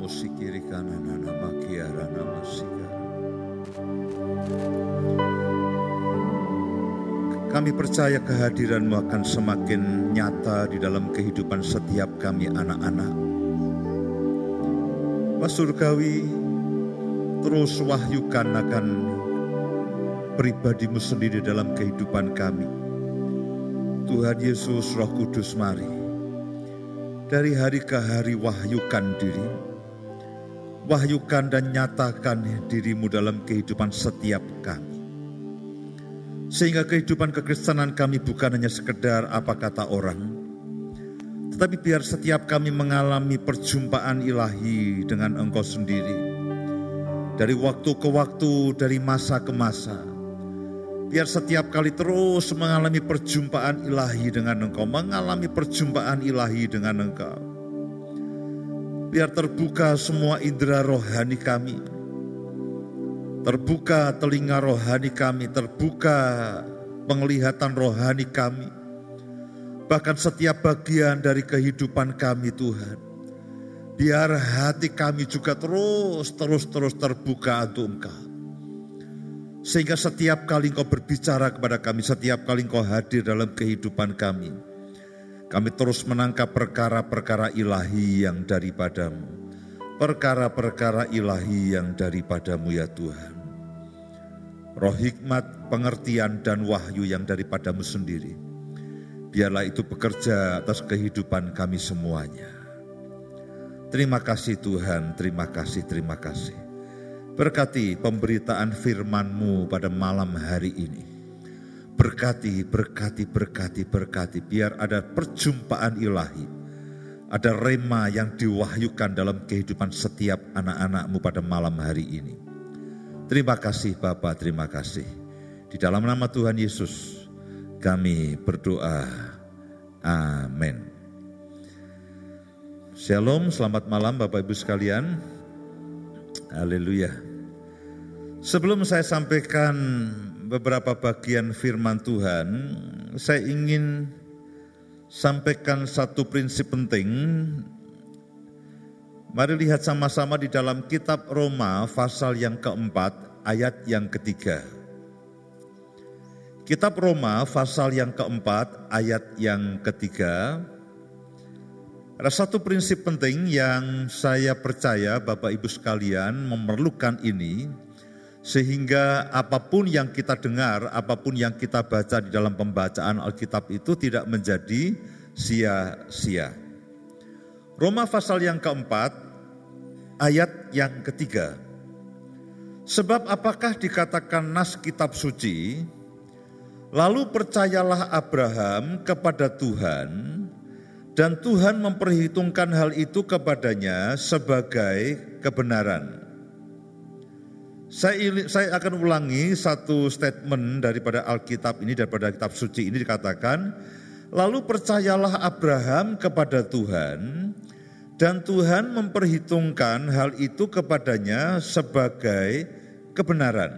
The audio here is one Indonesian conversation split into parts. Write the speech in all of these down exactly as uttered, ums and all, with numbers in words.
musikiri kanana makiara namasika. Kami percaya kehadiran-Mu akan semakin nyata di dalam kehidupan setiap kami anak-anak. Pak Surgawi, terus wahyukan akan pribadi-Mu sendiri dalam kehidupan kami. Tuhan Yesus, Roh Kudus, mari. Dari hari ke hari wahyukan diri. Wahyukan dan nyatakan diri-Mu dalam kehidupan setiap kami. Sehingga kehidupan kekristenan kami bukan hanya sekedar apa kata orang, tetapi biar setiap kami mengalami perjumpaan ilahi dengan Engkau sendiri. Dari waktu ke waktu, dari masa ke masa. Biar setiap kali terus mengalami perjumpaan ilahi dengan Engkau, mengalami perjumpaan ilahi dengan Engkau. Biar terbuka semua indera rohani kami. Terbuka telinga rohani kami, terbuka penglihatan rohani kami. Bahkan setiap bagian dari kehidupan kami Tuhan. Biar hati kami juga terus, terus, terus terbuka untuk Engkau. Sehingga setiap kali Engkau berbicara kepada kami, setiap kali Engkau hadir dalam kehidupan kami. Kami terus menangkap perkara-perkara ilahi yang daripada-Mu. Perkara-perkara ilahi yang daripada-Mu ya Tuhan. Roh hikmat, pengertian dan wahyu yang daripada-Mu sendiri. Biarlah itu bekerja atas kehidupan kami semuanya. Terima kasih Tuhan, terima kasih, terima kasih. Berkati pemberitaan firman-Mu pada malam hari ini. Berkati, berkati, berkati, berkati. Biar ada perjumpaan ilahi. Ada rema yang diwahyukan dalam kehidupan setiap anak-anak-Mu pada malam hari ini. Terima kasih Bapa, terima kasih. Di dalam nama Tuhan Yesus kami berdoa. Amin. Shalom, selamat malam Bapak Ibu sekalian. Haleluya. Sebelum saya sampaikan beberapa bagian firman Tuhan, saya ingin sampaikan satu prinsip penting. Mari lihat sama-sama di dalam kitab Roma pasal yang keempat ayat yang ketiga. Kitab Roma pasal yang keempat ayat yang ketiga. Ada satu prinsip penting yang saya percaya Bapak Ibu sekalian memerlukan ini. Sehingga apapun yang kita dengar, apapun yang kita baca di dalam pembacaan Alkitab itu tidak menjadi sia-sia. Roma pasal yang keempat, ayat yang ketiga. Sebab apakah dikatakan nas kitab suci, lalu percayalah Abraham kepada Tuhan, dan Tuhan memperhitungkan hal itu kepadanya sebagai kebenaran. Saya, saya akan ulangi satu statement daripada Alkitab ini, daripada kitab suci ini dikatakan, lalu percayalah Abraham kepada Tuhan, dan Tuhan memperhitungkan hal itu kepadanya sebagai kebenaran.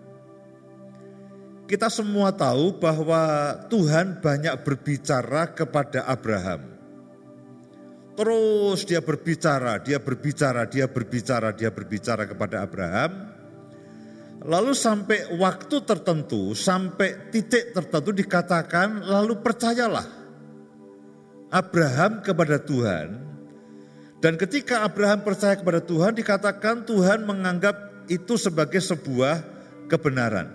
Kita semua tahu bahwa Tuhan banyak berbicara kepada Abraham. Terus dia berbicara, dia berbicara, dia berbicara, dia berbicara kepada Abraham. Lalu sampai waktu tertentu, sampai titik tertentu dikatakan, lalu percayalah Abraham kepada Tuhan. Dan ketika Abraham percaya kepada Tuhan, dikatakan Tuhan menganggap itu sebagai sebuah kebenaran.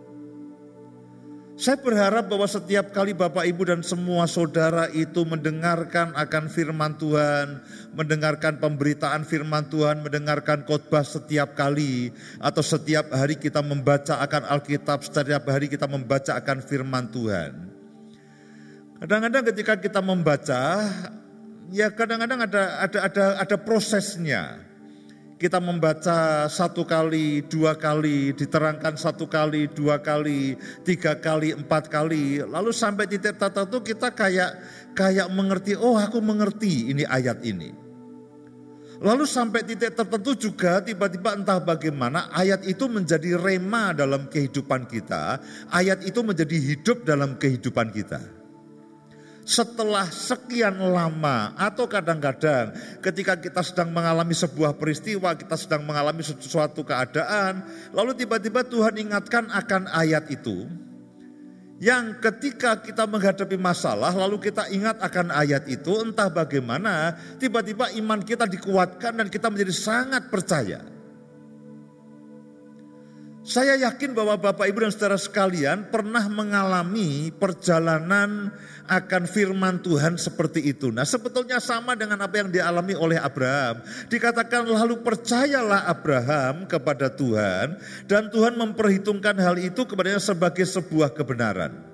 Saya berharap bahwa setiap kali Bapak Ibu dan semua saudara itu mendengarkan akan firman Tuhan, mendengarkan pemberitaan firman Tuhan, mendengarkan khotbah setiap kali, atau setiap hari kita membaca akan Alkitab, setiap hari kita membaca akan firman Tuhan. Kadang-kadang ketika kita membaca, ya kadang-kadang ada ada ada ada prosesnya. Kita membaca satu kali, dua kali, diterangkan satu kali, dua kali, tiga kali, empat kali. Lalu sampai titik tertentu kita kayak kayak mengerti, oh aku mengerti ini ayat ini. Lalu sampai titik tertentu juga tiba-tiba entah bagaimana ayat itu menjadi rema dalam kehidupan kita. Ayat itu menjadi hidup dalam kehidupan kita. setelah sekian lama, atau kadang-kadang ketika kita sedang mengalami sebuah peristiwa, kita sedang mengalami sesuatu keadaan, lalu tiba-tiba Tuhan ingatkan akan ayat itu, yang ketika kita menghadapi masalah lalu kita ingat akan ayat itu, entah bagaimana tiba-tiba iman kita dikuatkan dan kita menjadi sangat percaya. Saya yakin bahwa Bapak Ibu dan Saudara sekalian pernah mengalami perjalanan akan firman Tuhan seperti itu. Nah, sebetulnya sama dengan apa yang dialami oleh Abraham. Dikatakan lalu percayalah Abraham kepada Tuhan dan Tuhan memperhitungkan hal itu kepadanya sebagai sebuah kebenaran.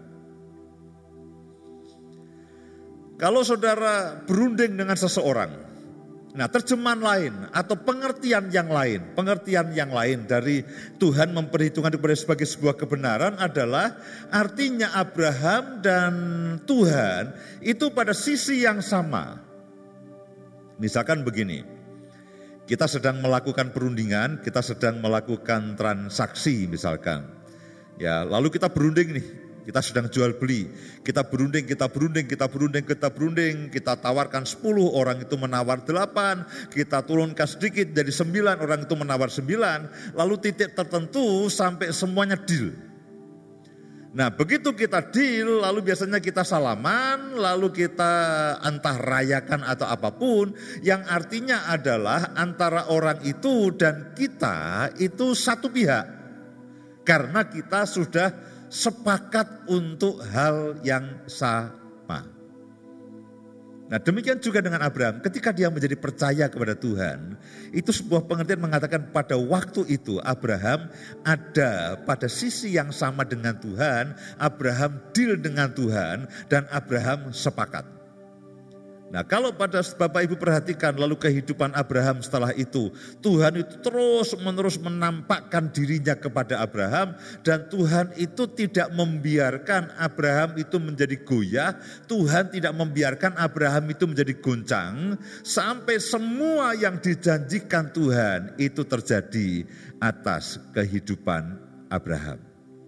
Kalau saudara berunding dengan seseorang, nah, terjemahan lain atau pengertian yang lain, pengertian yang lain dari Tuhan memperhitungkan itu sebagai sebuah kebenaran adalah artinya Abraham dan Tuhan itu pada sisi yang sama. Misalkan begini, kita sedang melakukan perundingan, kita sedang melakukan transaksi misalkan. Ya, lalu kita berunding nih. Kita sedang jual beli, kita berunding, kita berunding, kita berunding, kita berunding, kita tawarkan sepuluh, orang itu menawar delapan, kita turunkan sedikit jadi sembilan, orang itu menawar sembilan, lalu titik tertentu sampai semuanya deal. Nah, begitu kita deal, lalu biasanya kita salaman, lalu kita entah rayakan atau apapun, yang artinya adalah antara orang itu dan kita itu satu pihak. Karena kita sudah sepakat untuk hal yang sama. Nah, demikian juga dengan Abraham. Ketika dia menjadi percaya kepada Tuhan, itu sebuah pengertian mengatakan pada waktu itu Abraham ada pada sisi yang sama dengan Tuhan, Abraham deal dengan Tuhan, dan Abraham sepakat. Nah, kalau pada Bapak Ibu perhatikan lalu kehidupan Abraham setelah itu, Tuhan itu terus menerus menampakkan dirinya kepada Abraham, dan Tuhan itu tidak membiarkan Abraham itu menjadi goyah, Tuhan tidak membiarkan Abraham itu menjadi goncang, sampai semua yang dijanjikan Tuhan itu terjadi atas kehidupan Abraham.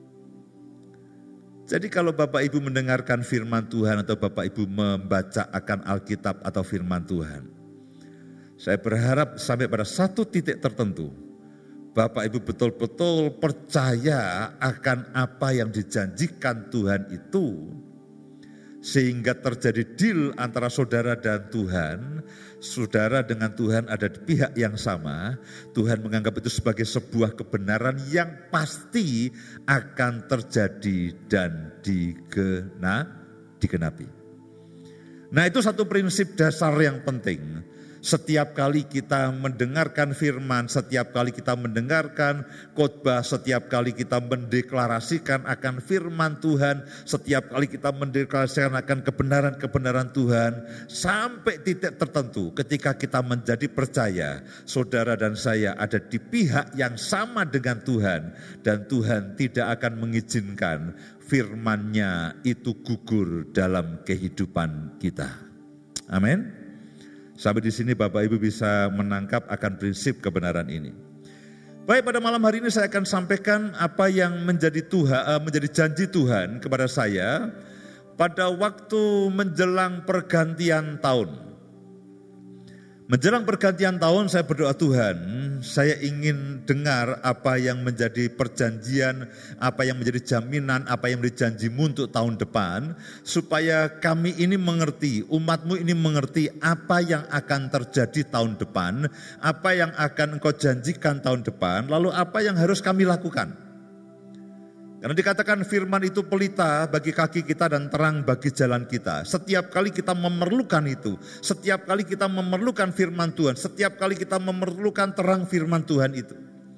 Jadi kalau Bapak Ibu mendengarkan firman Tuhan atau Bapak Ibu membaca akan Alkitab atau firman Tuhan, saya berharap sampai pada satu titik tertentu Bapak Ibu betul-betul percaya akan apa yang dijanjikan Tuhan itu, sehingga terjadi deal antara saudara dan Tuhan. Saudara dengan Tuhan ada di pihak yang sama. Tuhan menganggap itu sebagai sebuah kebenaran yang pasti akan terjadi dan digena, digenapi. Nah, itu satu prinsip dasar yang penting. Setiap kali kita mendengarkan firman, setiap kali kita mendengarkan khotbah, setiap kali kita mendeklarasikan akan firman Tuhan, setiap kali kita mendeklarasikan akan kebenaran-kebenaran Tuhan, sampai titik tertentu ketika kita menjadi percaya, saudara dan saya ada di pihak yang sama dengan Tuhan, dan Tuhan tidak akan mengizinkan firman-Nya itu gugur dalam kehidupan kita. Amin. Sampai di sini Bapak Ibu bisa menangkap akan prinsip kebenaran ini. Baik, pada malam hari ini saya akan sampaikan apa yang menjadi Tuhan, menjadi janji Tuhan kepada saya pada waktu menjelang pergantian tahun. Menjelang pergantian tahun saya berdoa, Tuhan, saya ingin dengar apa yang menjadi perjanjian, apa yang menjadi jaminan, apa yang menjadi janjimu untuk tahun depan, supaya kami ini mengerti, umatmu ini mengerti apa yang akan terjadi tahun depan, apa yang akan engkau janjikan tahun depan, lalu apa yang harus kami lakukan. Karena dikatakan firman itu pelita bagi kaki kita dan terang bagi jalan kita. Setiap kali kita memerlukan itu, setiap kali kita memerlukan firman Tuhan, setiap kali kita memerlukan terang firman Tuhan itu.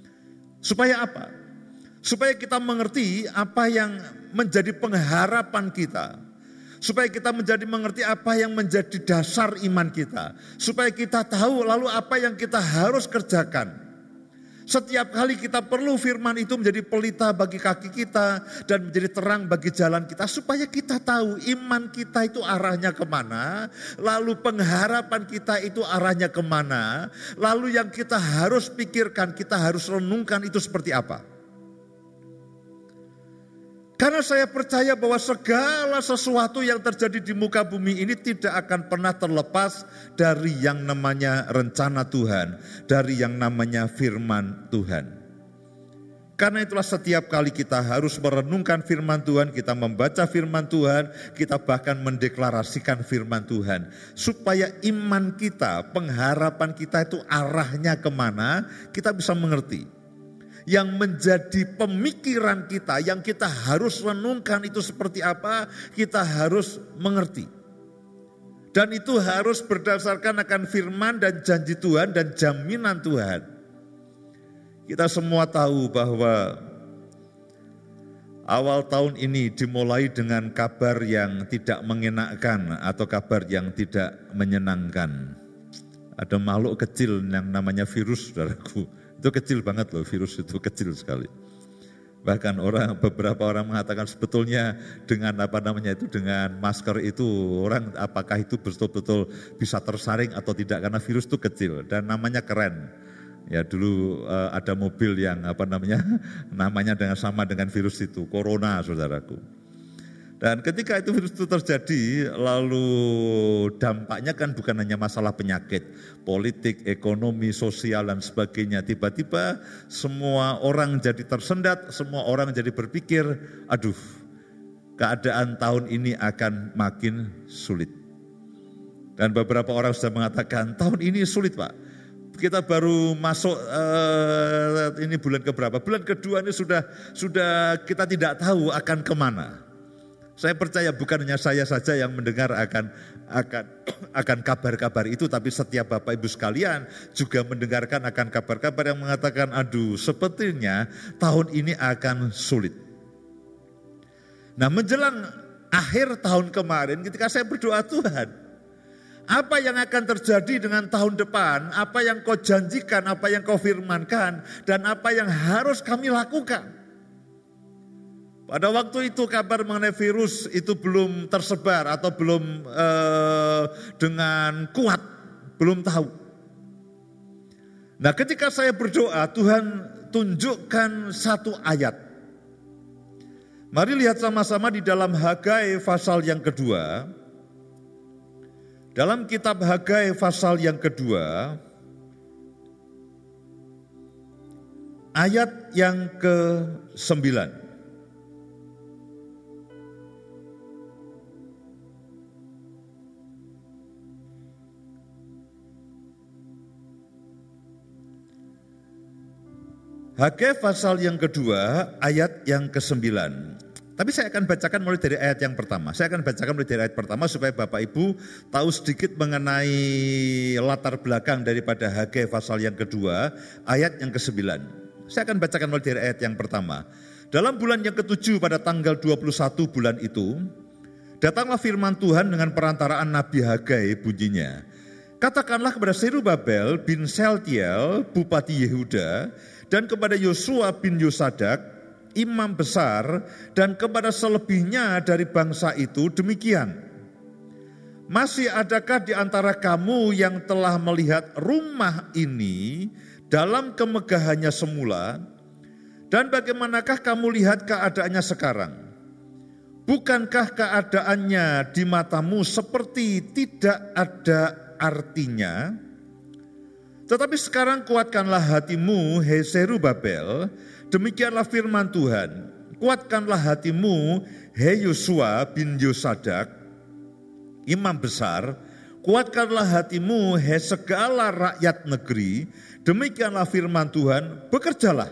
Supaya apa? Supaya kita mengerti apa yang menjadi pengharapan kita. Supaya kita menjadi mengerti apa yang menjadi dasar iman kita. Supaya kita tahu lalu apa yang kita harus kerjakan. Setiap kali kita perlu firman itu menjadi pelita bagi kaki kita dan menjadi terang bagi jalan kita, supaya kita tahu iman kita itu arahnya kemana, lalu pengharapan kita itu arahnya kemana, lalu yang kita harus pikirkan, kita harus renungkan itu seperti apa. Karena saya percaya bahwa segala sesuatu yang terjadi di muka bumi ini tidak akan pernah terlepas dari yang namanya rencana Tuhan, dari yang namanya firman Tuhan. Karena itulah setiap kali kita harus merenungkan firman Tuhan, kita membaca firman Tuhan, kita bahkan mendeklarasikan firman Tuhan. Supaya iman kita, pengharapan kita itu arahnya kemana, kita bisa mengerti. Yang menjadi pemikiran kita, yang kita harus renungkan itu seperti apa, kita harus mengerti. Dan itu harus berdasarkan akan firman dan janji Tuhan dan jaminan Tuhan. Kita semua tahu bahwa awal tahun ini dimulai dengan kabar yang tidak mengenakkan atau kabar yang tidak menyenangkan. Ada makhluk kecil yang namanya virus, saudaraku. Itu kecil banget loh, virus itu kecil sekali. Bahkan orang beberapa orang mengatakan sebetulnya dengan apa namanya itu dengan masker itu orang apakah itu betul-betul bisa tersaring atau tidak karena virus itu kecil dan namanya keren. Ya dulu uh, ada mobil yang apa namanya namanya dengan sama dengan virus itu, corona saudaraku. Dan ketika itu virus itu terjadi, lalu dampaknya kan bukan hanya masalah penyakit, politik, ekonomi, sosial dan sebagainya. Tiba-tiba semua orang jadi tersendat, semua orang jadi berpikir, aduh keadaan tahun ini akan makin sulit. Dan beberapa orang sudah mengatakan tahun ini sulit Pak. Kita baru masuk uh, ini bulan keberapa? Bulan kedua ini sudah sudah kita tidak tahu akan kemana. Saya percaya bukan hanya saya saja yang mendengar akan akan akan kabar-kabar itu, tapi setiap Bapak Ibu sekalian juga mendengarkan akan kabar-kabar yang mengatakan, aduh sepertinya tahun ini akan sulit. Nah menjelang akhir tahun kemarin ketika saya berdoa, Tuhan apa yang akan terjadi dengan tahun depan, apa yang kau janjikan, apa yang kau firmankan, dan apa yang harus kami lakukan. Pada waktu itu kabar mengenai virus itu belum tersebar atau belum eh, dengan kuat, belum tahu. Nah ketika saya berdoa, Tuhan tunjukkan satu ayat. Mari lihat sama-sama di dalam Hagai pasal yang kedua. Dalam kitab Hagai pasal yang kedua, ayat yang ke-sembilan. Hagai pasal yang kedua, ayat yang kesembilan. Tapi saya akan bacakan mulai dari ayat yang pertama. Saya akan bacakan mulai dari ayat pertama supaya Bapak Ibu tahu sedikit mengenai latar belakang daripada Hagai pasal yang kedua, ayat yang kesembilan. Saya akan bacakan mulai dari ayat yang pertama. Dalam bulan yang ketujuh pada tanggal dua puluh satu bulan itu, datanglah firman Tuhan dengan perantaraan Nabi Hagai bunyinya. Katakanlah kepada Serubabel bin Sealtiel, Bupati Yehuda, dan kepada Yosua bin Yosadak, imam besar, dan kepada selebihnya dari bangsa itu demikian. Masih adakah di antara kamu yang telah melihat rumah ini dalam kemegahannya semula, dan bagaimanakah kamu lihat keadaannya sekarang? Bukankah keadaannya di matamu seperti tidak ada artinya? Tetapi sekarang kuatkanlah hatimu, hei Serubabel, demikianlah firman Tuhan. Kuatkanlah hatimu, hei Yosua bin Yosadak, imam besar. Kuatkanlah hatimu, hei segala rakyat negeri, demikianlah firman Tuhan, bekerjalah.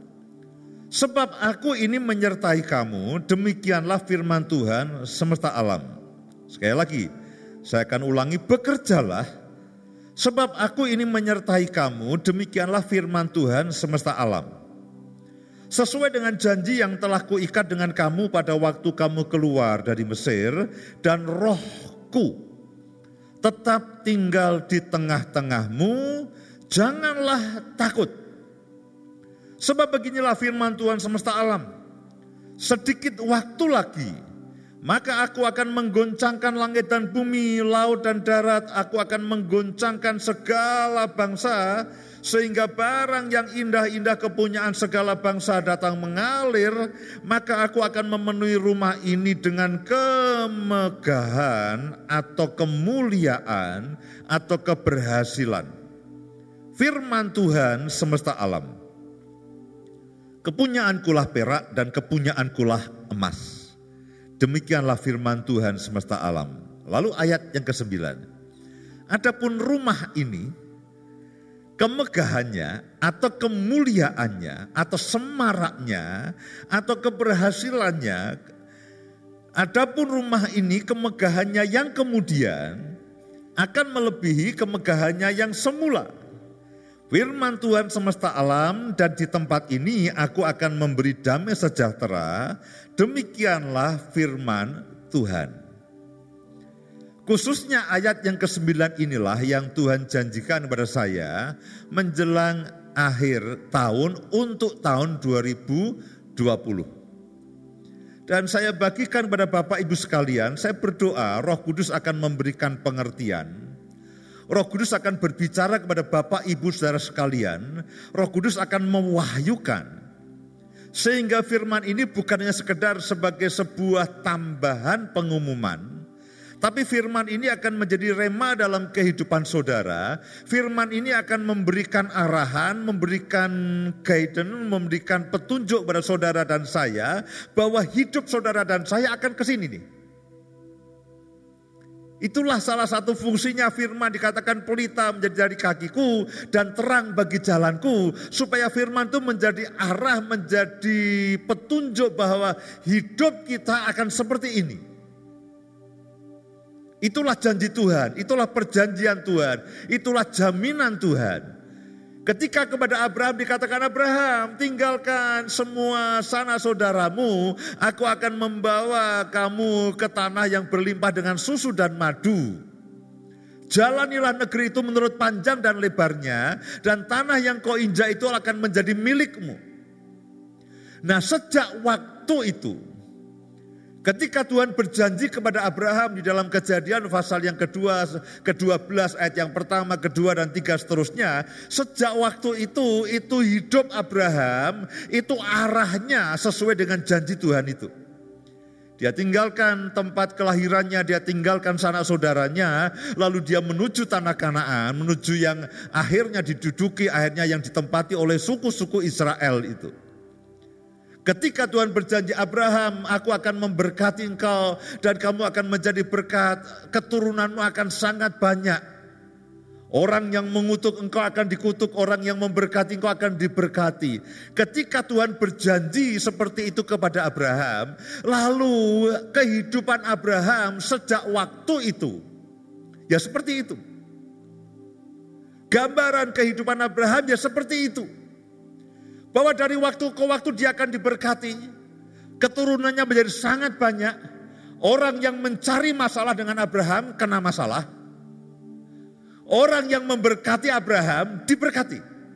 Sebab aku ini menyertai kamu, demikianlah firman Tuhan semesta alam. Sekali lagi, saya akan ulangi, bekerjalah. Sebab aku ini menyertai kamu, demikianlah firman Tuhan semesta alam. Sesuai dengan janji yang telah kuikat dengan kamu pada waktu kamu keluar dari Mesir, dan rohku tetap tinggal di tengah-tengahmu, janganlah takut. Sebab beginilah firman Tuhan semesta alam. Sedikit waktu lagi, Maka aku akan menggoncangkan langit dan bumi, laut dan darat. Aku akan menggoncangkan segala bangsa, sehingga barang yang indah-indah kepunyaan segala bangsa datang mengalir. Maka aku akan memenuhi rumah ini dengan kemegahan atau kemuliaan atau keberhasilan. Firman Tuhan semesta alam. Kepunyaankulah perak dan kepunyaankulah emas. Demikianlah firman Tuhan semesta alam. Lalu ayat yang kesembilan. Adapun rumah ini, kemegahannya atau kemuliaannya atau semaraknya atau keberhasilannya. Adapun rumah ini kemegahannya yang kemudian akan melebihi kemegahannya yang semula. Firman Tuhan semesta alam, dan di tempat ini aku akan memberi damai sejahtera. Demikianlah firman Tuhan. Khususnya ayat yang kesembilan inilah yang Tuhan janjikan kepada saya menjelang akhir tahun untuk tahun dua ribu dua puluh. Dan saya bagikan kepada Bapak Ibu sekalian, saya berdoa Roh Kudus akan memberikan pengertian. Roh Kudus akan berbicara kepada Bapak Ibu saudara sekalian. Roh Kudus akan mewahyukan. Sehingga firman ini bukan hanya sekedar sebagai sebuah tambahan pengumuman. Tapi firman ini akan menjadi rema dalam kehidupan saudara. Firman ini akan memberikan arahan, memberikan guidance, memberikan petunjuk kepada saudara dan saya. Bahwa hidup saudara dan saya akan ke sini nih. Itulah salah satu fungsinya firman, dikatakan pelita menjadi jari kakiku dan terang bagi jalanku. Supaya firman itu menjadi arah, menjadi petunjuk bahwa hidup kita akan seperti ini. Itulah janji Tuhan, itulah perjanjian Tuhan, itulah jaminan Tuhan. Ketika kepada Abraham dikatakan, Abraham tinggalkan semua sanak saudaramu, aku akan membawa kamu ke tanah yang berlimpah dengan susu dan madu. Jalanilah negeri itu menurut panjang dan lebarnya, dan tanah yang kau injak itu akan menjadi milikmu. Nah, sejak waktu itu, ketika Tuhan berjanji kepada Abraham di dalam Kejadian pasal yang kedua, kedua belas ayat yang pertama, kedua dan tiga seterusnya. Sejak waktu itu, itu hidup Abraham, itu arahnya sesuai dengan janji Tuhan itu. Dia tinggalkan tempat kelahirannya, dia tinggalkan sanak saudaranya, lalu dia menuju tanah Kanaan, menuju yang akhirnya diduduki, akhirnya yang ditempati oleh suku-suku Israel itu. Ketika Tuhan berjanji, Abraham, aku akan memberkati engkau dan kamu akan menjadi berkat, keturunanmu akan sangat banyak. Orang yang mengutuk engkau akan dikutuk, orang yang memberkati engkau akan diberkati. Ketika Tuhan berjanji seperti itu kepada Abraham, lalu kehidupan Abraham sejak waktu itu, ya seperti itu. Gambaran kehidupan Abraham ya seperti itu. Bahwa dari waktu ke waktu dia akan diberkati. Keturunannya menjadi sangat banyak. Orang yang mencari masalah dengan Abraham kena masalah. Orang yang memberkati Abraham diberkati.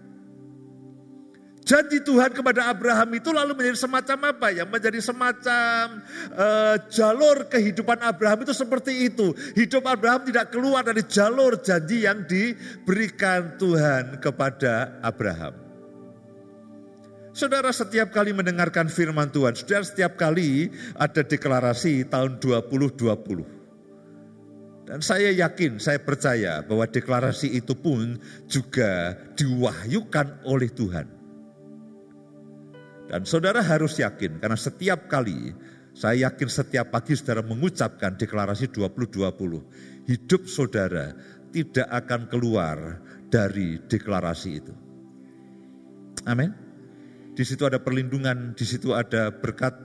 Janji Tuhan kepada Abraham itu lalu menjadi semacam apa ya? Menjadi semacam uh, jalur kehidupan Abraham itu seperti itu. Hidup Abraham tidak keluar dari jalur janji yang diberikan Tuhan kepada Abraham. Saudara, setiap kali mendengarkan firman Tuhan, saudara setiap kali ada deklarasi tahun dua ribu dua puluh. Dan saya yakin, saya percaya bahwa deklarasi itu pun juga diwahyukan oleh Tuhan. Dan saudara harus yakin, karena setiap kali, saya yakin setiap pagi saudara mengucapkan deklarasi dua ribu dua puluh. Hidup saudara tidak akan keluar dari deklarasi itu. Amin. Di situ ada perlindungan, di situ ada berkat,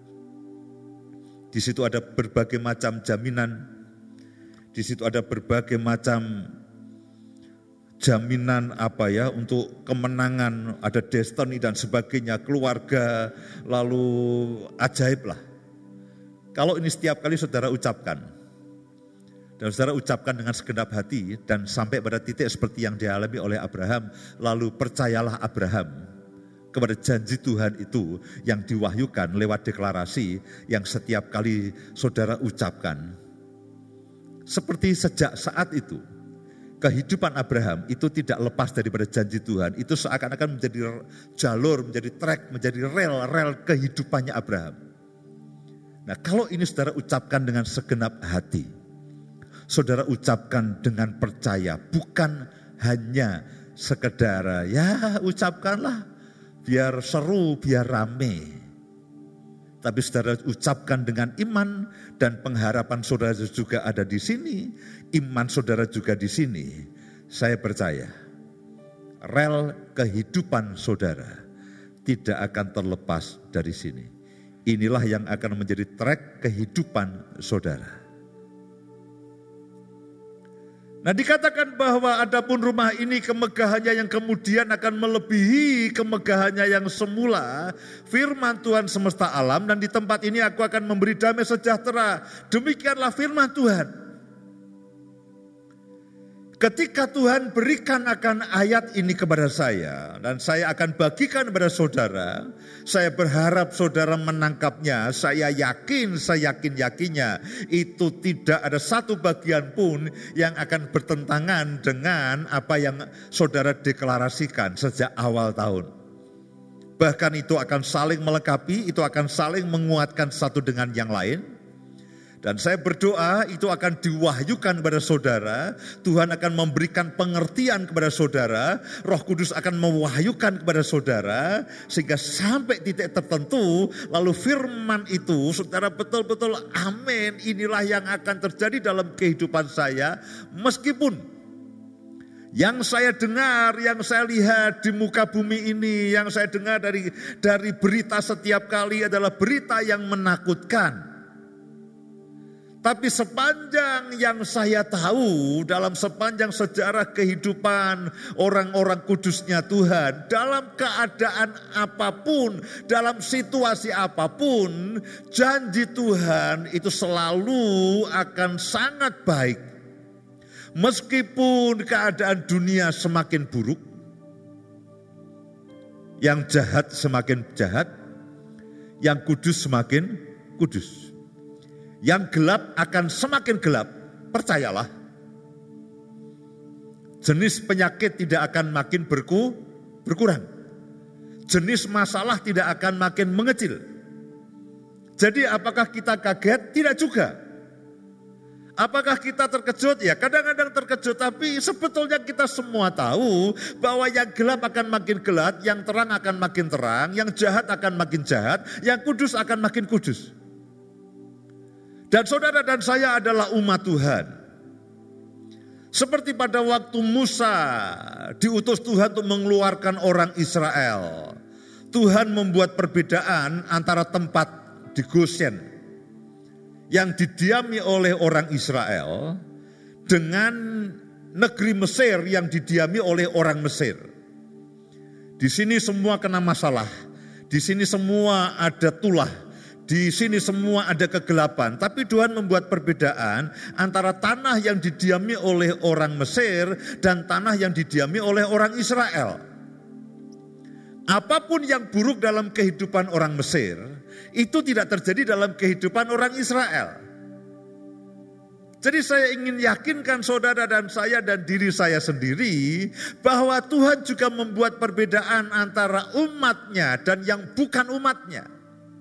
di situ ada berbagai macam jaminan, di situ ada berbagai macam jaminan apa ya untuk kemenangan, ada destiny dan sebagainya, keluarga, lalu ajaib lah. Kalau ini setiap kali saudara ucapkan, dan saudara ucapkan dengan segenap hati dan sampai pada titik seperti yang dialami oleh Abraham, lalu percayalah Abraham, kepada janji Tuhan itu yang diwahyukan lewat deklarasi yang setiap kali saudara ucapkan. Seperti sejak saat itu, kehidupan Abraham itu tidak lepas daripada janji Tuhan. Itu seakan-akan menjadi jalur, menjadi trek, menjadi rel-rel kehidupannya Abraham. Nah, kalau ini saudara ucapkan dengan segenap hati, saudara ucapkan dengan percaya, bukan hanya sekedar ya ucapkanlah biar seru, biar rame. Tapi saudara ucapkan dengan iman dan pengharapan saudara juga ada di sini, iman saudara juga di sini. Saya percaya rel kehidupan saudara tidak akan terlepas dari sini. Inilah yang akan menjadi trek kehidupan saudara. Nah, dikatakan bahwa adapun rumah ini kemegahannya yang kemudian akan melebihi kemegahannya yang semula. Firman Tuhan semesta alam, dan di tempat ini aku akan memberi damai sejahtera. Demikianlah firman Tuhan. Ketika Tuhan berikan akan ayat ini kepada saya, dan saya akan bagikan kepada saudara, saya berharap saudara menangkapnya. Saya yakin, saya yakin-yakinnya itu tidak ada satu bagian pun yang akan bertentangan dengan apa yang saudara deklarasikan sejak awal tahun. Bahkan itu akan saling melengkapi, itu akan saling menguatkan satu dengan yang lain. Dan saya berdoa itu akan diwahyukan kepada saudara. Tuhan akan memberikan pengertian kepada saudara. Roh Kudus akan mewahyukan kepada saudara. Sehingga sampai titik tertentu, lalu firman itu saudara betul-betul amin. Inilah yang akan terjadi dalam kehidupan saya. Meskipun yang saya dengar, yang saya lihat di muka bumi ini, yang saya dengar dari dari berita setiap kali adalah berita yang menakutkan. Tapi sepanjang yang saya tahu, dalam sepanjang sejarah kehidupan orang-orang kudusnya Tuhan, dalam keadaan apapun, dalam situasi apapun, janji Tuhan itu selalu akan sangat baik. Meskipun keadaan dunia semakin buruk, yang jahat semakin jahat, yang kudus semakin kudus. Yang gelap akan semakin gelap, percayalah. Jenis penyakit tidak akan makin berku, berkurang. Jenis masalah tidak akan makin mengecil. Jadi apakah kita kaget? Tidak juga. Apakah kita terkejut? Ya kadang-kadang terkejut, tapi sebetulnya kita semua tahu bahwa yang gelap akan makin gelap, yang terang akan makin terang, yang jahat akan makin jahat, yang kudus akan makin kudus. Dan saudara dan saya adalah umat Tuhan. Seperti pada waktu Musa diutus Tuhan untuk mengeluarkan orang Israel. Tuhan membuat perbedaan antara tempat di Goshen yang didiami oleh orang Israel dengan negeri Mesir yang didiami oleh orang Mesir. Di sini semua kena masalah. Di sini semua ada tulah. Di sini semua ada kegelapan, tapi Tuhan membuat perbedaan antara tanah yang didiami oleh orang Mesir dan tanah yang didiami oleh orang Israel. Apapun yang buruk dalam kehidupan orang Mesir, itu tidak terjadi dalam kehidupan orang Israel. Jadi saya ingin yakinkan saudara dan saya dan diri saya sendiri bahwa Tuhan juga membuat perbedaan antara umatnya dan yang bukan umatnya.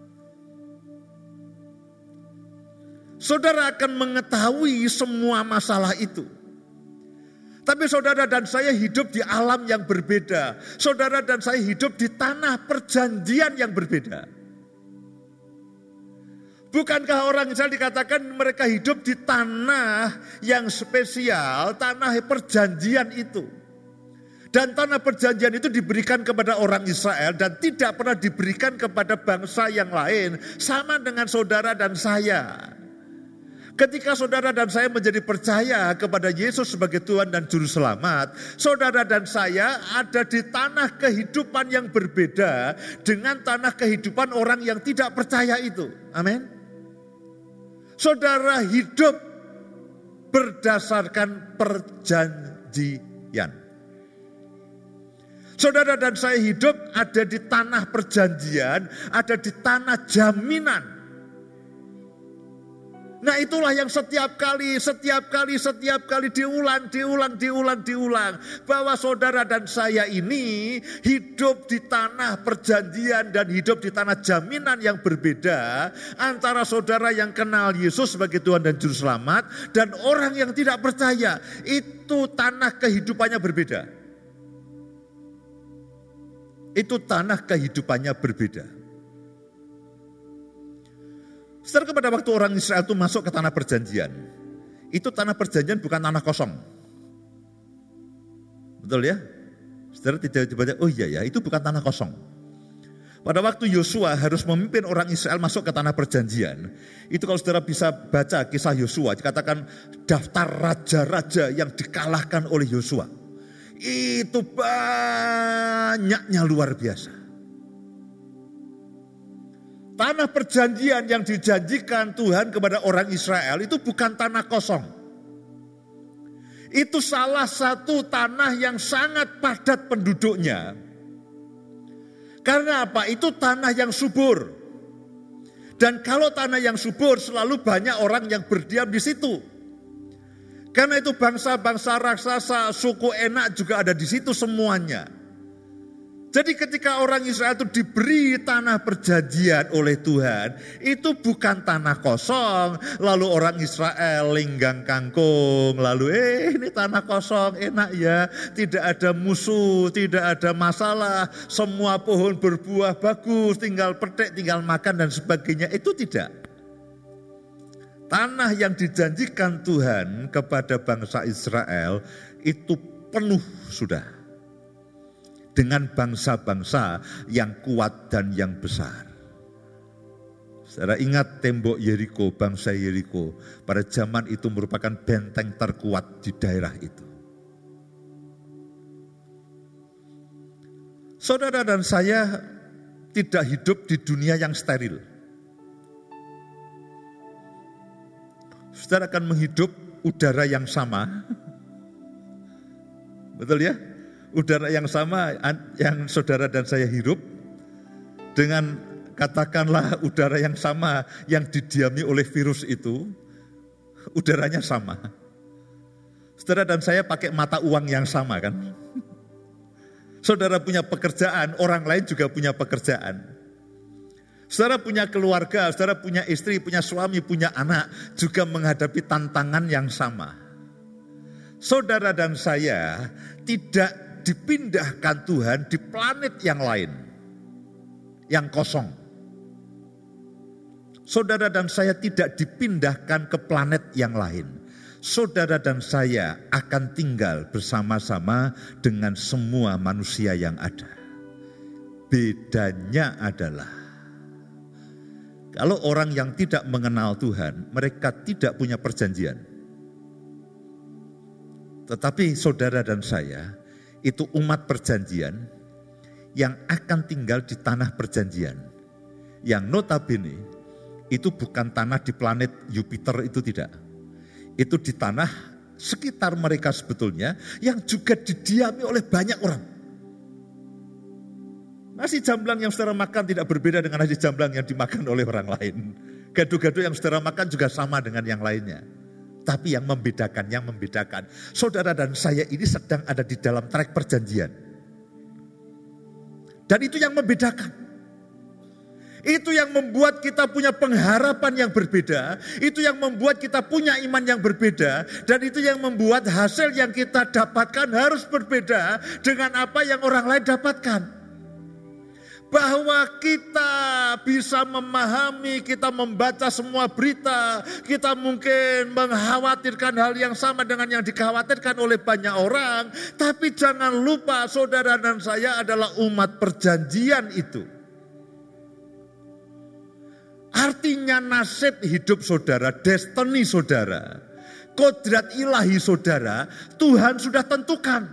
Saudara akan mengetahui semua masalah itu. Tapi saudara dan saya hidup di alam yang berbeda. Saudara dan saya hidup di tanah perjanjian yang berbeda. Bukankah orang Israel dikatakan mereka hidup di tanah yang spesial, tanah perjanjian itu. Dan tanah perjanjian itu diberikan kepada orang Israel dan tidak pernah diberikan kepada bangsa yang lain. Sama dengan saudara dan saya. Ketika saudara dan saya menjadi percaya kepada Yesus sebagai Tuhan dan Juru Selamat, saudara dan saya ada di tanah kehidupan yang berbeda dengan tanah kehidupan orang yang tidak percaya itu. Amin. Saudara hidup berdasarkan perjanjian. Saudara dan saya hidup ada di tanah perjanjian, ada di tanah jaminan. Nah itulah yang setiap kali, setiap kali, setiap kali diulang, diulang, diulang, diulang. Bahwa saudara dan saya ini hidup di tanah perjanjian dan hidup di tanah jaminan yang berbeda. Antara saudara yang kenal Yesus sebagai Tuhan dan Juru Selamat dan orang yang tidak percaya. Itu tanah kehidupannya berbeda. Itu tanah kehidupannya berbeda. Setelah pada waktu orang Israel itu masuk ke tanah perjanjian, itu tanah perjanjian bukan tanah kosong. Betul ya? Saudara tidak dibaca, oh iya ya, itu bukan tanah kosong. Pada waktu Yosua harus memimpin orang Israel masuk ke tanah perjanjian, itu kalau saudara bisa baca kisah Yosua, dikatakan daftar raja-raja yang dikalahkan oleh Yosua. Itu banyaknya luar biasa. Tanah perjanjian yang dijanjikan Tuhan kepada orang Israel itu bukan tanah kosong. Itu salah satu tanah yang sangat padat penduduknya. Karena apa? Itu tanah yang subur. Dan kalau tanah yang subur selalu banyak orang yang berdiam di situ. Karena itu bangsa-bangsa raksasa, suku Enak juga ada di situ semuanya. Jadi ketika orang Israel itu diberi tanah perjanjian oleh Tuhan, itu bukan tanah kosong, lalu orang Israel linggang kangkung, lalu eh ini tanah kosong, enak ya, tidak ada musuh, tidak ada masalah, semua pohon berbuah bagus, tinggal petik, tinggal makan dan sebagainya, itu tidak. Tanah yang dijanjikan Tuhan kepada bangsa Israel itu penuh sudah. Dengan bangsa-bangsa yang kuat dan yang besar. Saudara ingat tembok Yeriko, bangsa Yeriko. Pada zaman itu merupakan benteng terkuat di daerah itu. Saudara dan saya tidak hidup di dunia yang steril. Saudara akan menghidup udara yang sama. Betul ya? Udara yang sama yang saudara dan saya hirup dengan katakanlah udara yang sama yang didiami oleh virus itu, udaranya sama. Saudara dan saya pakai mata uang yang sama kan? Saudara punya pekerjaan, orang lain juga punya pekerjaan. Saudara punya keluarga, saudara punya istri, punya suami, punya anak, juga menghadapi tantangan yang sama. Saudara dan saya tidak dipindahkan Tuhan di planet yang lain, yang kosong. Saudara dan saya tidak dipindahkan ke planet yang lain. Saudara dan saya akan tinggal bersama-sama dengan semua manusia yang ada. Bedanya adalah, kalau orang yang tidak mengenal Tuhan, mereka tidak punya perjanjian. Tetapi saudara dan saya, itu umat perjanjian yang akan tinggal di tanah perjanjian. Yang notabene itu bukan tanah di planet Jupiter, itu tidak. Itu di tanah sekitar mereka sebetulnya yang juga didiami oleh banyak orang. Nasi jamblang yang saudara makan tidak berbeda dengan nasi jamblang yang dimakan oleh orang lain. Gado-gado yang saudara makan juga sama dengan yang lainnya. Tapi yang membedakan, yang membedakan. Saudara dan saya ini sedang ada di dalam trek perjanjian. Dan itu yang membedakan. Itu yang membuat kita punya pengharapan yang berbeda. Itu yang membuat kita punya iman yang berbeda. Dan itu yang membuat hasil yang kita dapatkan harus berbeda dengan apa yang orang lain dapatkan. Bahwa kita bisa memahami, kita membaca semua berita, kita mungkin mengkhawatirkan hal yang sama dengan yang dikhawatirkan oleh banyak orang. Tapi jangan lupa saudara dan saya adalah umat perjanjian itu. Artinya nasib hidup saudara, destiny saudara, kodrat ilahi saudara, Tuhan sudah tentukan.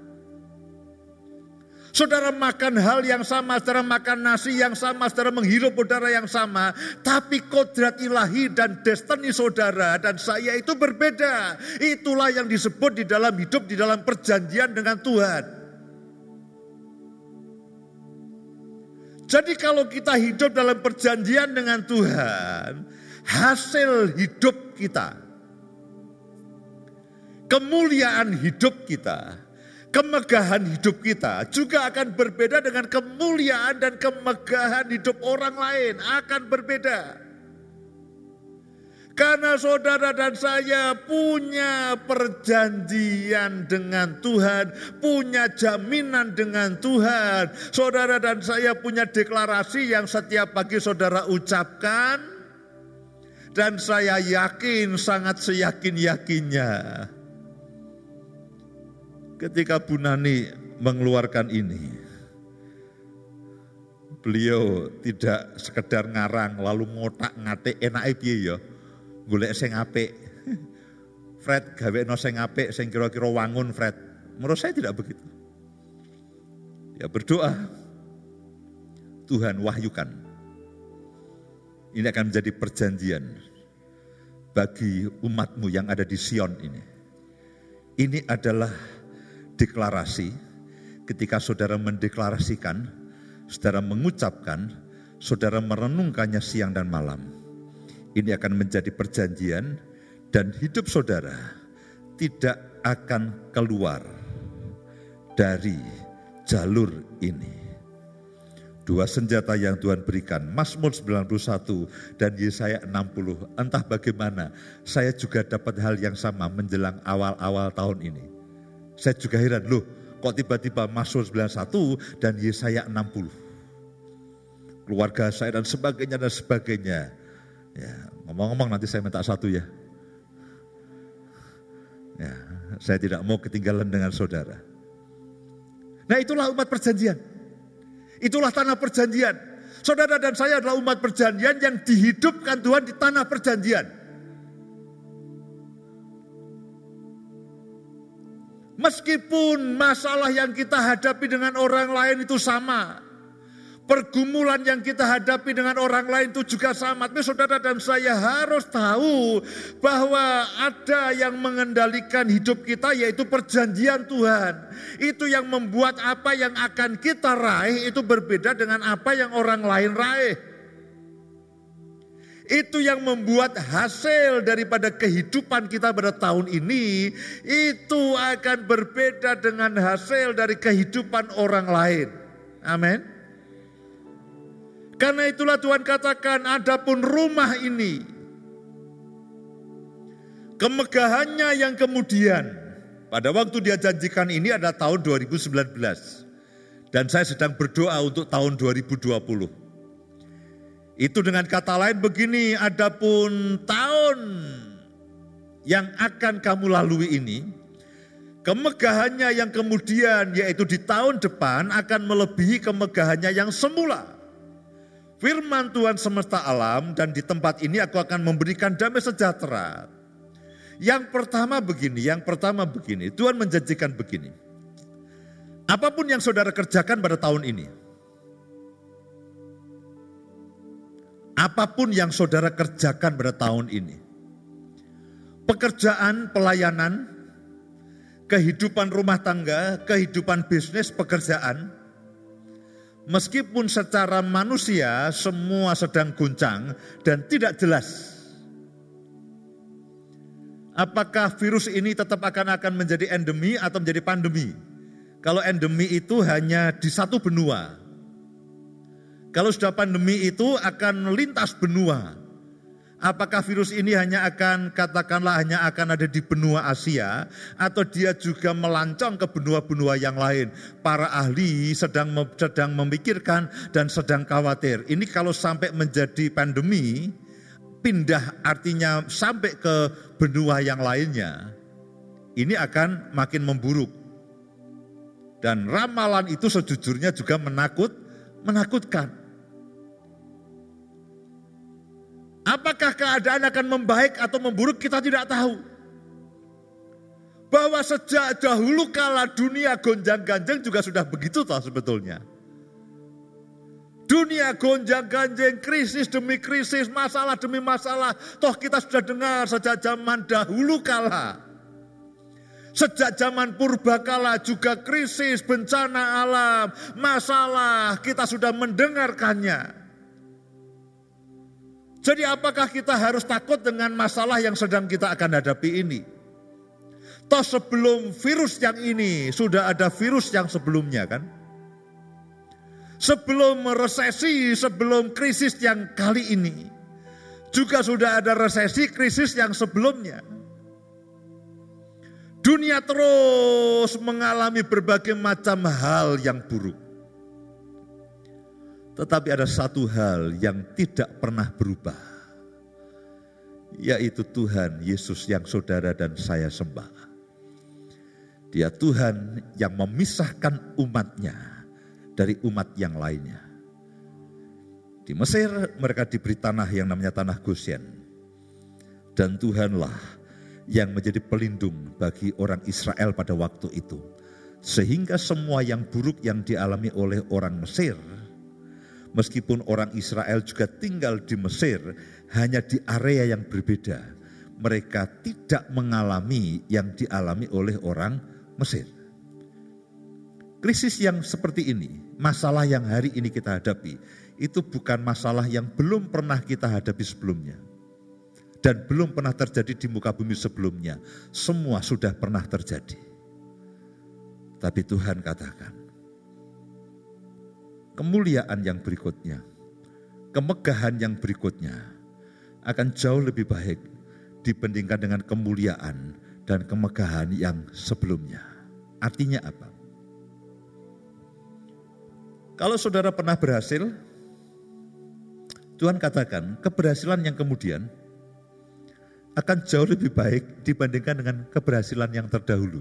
Saudara makan hal yang sama, saudara makan nasi yang sama, saudara menghirup udara yang sama. Tapi kodrat ilahi dan destiny saudara dan saya itu berbeda. Itulah yang disebut di dalam hidup, di dalam perjanjian dengan Tuhan. Jadi kalau kita hidup dalam perjanjian dengan Tuhan, hasil hidup kita, kemuliaan hidup kita, kemegahan hidup kita juga akan berbeda dengan kemuliaan dan kemegahan hidup orang lain, akan berbeda. Karena saudara dan saya punya perjanjian dengan Tuhan, punya jaminan dengan Tuhan. Saudara dan saya punya deklarasi yang setiap pagi saudara ucapkan. Dan saya yakin, sangat seyakin-yakinnya. Ketika Bu Nani mengeluarkan ini, beliau tidak sekedar ngarang lalu ngotak-ngatik enake piye ya. Golek sing apik. Fred gawekno sing apik sing kira-kira wangun Fred. Menurut saya tidak begitu. Ya berdoa. Tuhan wahyukan. Ini akan menjadi perjanjian bagi umatmu yang ada di Sion ini. Ini adalah deklarasi ketika saudara mendeklarasikan, saudara mengucapkan, saudara merenungkannya siang dan malam. Ini akan menjadi perjanjian dan hidup saudara tidak akan keluar dari jalur ini. Dua senjata yang Tuhan berikan, Mazmur sembilan puluh satu dan Yesaya enam puluh. Entah bagaimana, saya juga dapat hal yang sama menjelang awal-awal tahun ini. Saya juga heran, loh kok tiba-tiba Mazmur sembilan puluh satu dan Yesaya enam puluh. Keluarga saya dan sebagainya dan sebagainya. Ya, ngomong-ngomong nanti saya minta satu ya. Ya, saya tidak mau ketinggalan dengan saudara. Nah itulah umat perjanjian. Itulah tanah perjanjian. Saudara dan saya adalah umat perjanjian yang dihidupkan Tuhan di tanah perjanjian. Meskipun masalah yang kita hadapi dengan orang lain itu sama. Pergumulan yang kita hadapi dengan orang lain itu juga sama. Tapi saudara dan saya harus tahu bahwa ada yang mengendalikan hidup kita yaitu perjanjian Tuhan. Itu yang membuat apa yang akan kita raih itu berbeda dengan apa yang orang lain raih. Itu yang membuat hasil daripada kehidupan kita pada tahun ini itu akan berbeda dengan hasil dari kehidupan orang lain. Amin. Karena itulah Tuhan katakan, adapun rumah ini, kemegahannya yang kemudian, pada waktu dia janjikan ini adalah tahun dua ribu sembilan belas. Dan saya sedang berdoa untuk tahun dua ribu dua puluh. Itu dengan kata lain begini, adapun tahun yang akan kamu lalui ini, kemegahannya yang kemudian yaitu di tahun depan akan melebihi kemegahannya yang semula. Firman Tuhan semesta alam dan di tempat ini aku akan memberikan damai sejahtera. Yang pertama begini, yang pertama begini, Tuhan menjanjikan begini. Apapun yang saudara kerjakan pada tahun ini, apapun yang saudara kerjakan pada tahun ini, pekerjaan, pelayanan, kehidupan rumah tangga, kehidupan bisnis, pekerjaan, meskipun secara manusia semua sedang guncang dan tidak jelas. Apakah virus ini tetap akan akan menjadi endemi atau menjadi pandemi? Kalau endemi itu hanya di satu benua. Kalau sudah pandemi itu akan lintas benua. Apakah virus ini hanya akan katakanlah hanya akan ada di benua Asia atau dia juga melancong ke benua-benua yang lain? Para ahli sedang sedang memikirkan dan sedang khawatir. Ini kalau sampai menjadi pandemi, pindah artinya sampai ke benua yang lainnya, ini akan makin memburuk. Dan ramalan itu sejujurnya juga menakut, menakutkan. Apakah keadaan akan membaik atau memburuk kita tidak tahu. Bahwa sejak dahulu kala dunia gonjang-ganjing juga sudah begitu toh sebetulnya. Dunia gonjang-ganjing, krisis demi krisis, masalah demi masalah. Toh kita sudah dengar sejak zaman dahulu kala. Sejak zaman purbakala juga krisis, bencana alam, masalah, kita sudah mendengarkannya. Jadi apakah kita harus takut dengan masalah yang sedang kita akan hadapi ini? Toh sebelum virus yang ini sudah ada virus yang sebelumnya kan? Sebelum resesi, sebelum krisis yang kali ini juga sudah ada resesi, krisis yang sebelumnya. Dunia terus mengalami berbagai macam hal yang buruk. Tetapi ada satu hal yang tidak pernah berubah, yaitu Tuhan Yesus yang saudara dan saya sembah. Dia Tuhan yang memisahkan umatnya dari umat yang lainnya. Di Mesir mereka diberi tanah yang namanya tanah Goshen. Dan Tuhanlah yang menjadi pelindung bagi orang Israel pada waktu itu. Sehingga semua yang buruk yang dialami oleh orang Mesir, meskipun orang Israel juga tinggal di Mesir, hanya di area yang berbeda. Mereka tidak mengalami yang dialami oleh orang Mesir. Krisis yang seperti ini, masalah yang hari ini kita hadapi, itu bukan masalah yang belum pernah kita hadapi sebelumnya. Dan belum pernah terjadi di muka bumi sebelumnya. Semua sudah pernah terjadi. Tapi Tuhan katakan, kemuliaan yang berikutnya, kemegahan yang berikutnya akan jauh lebih baik dibandingkan dengan kemuliaan dan kemegahan yang sebelumnya. Artinya apa? Kalau saudara pernah berhasil, Tuhan katakan keberhasilan yang kemudian akan jauh lebih baik dibandingkan dengan keberhasilan yang terdahulu.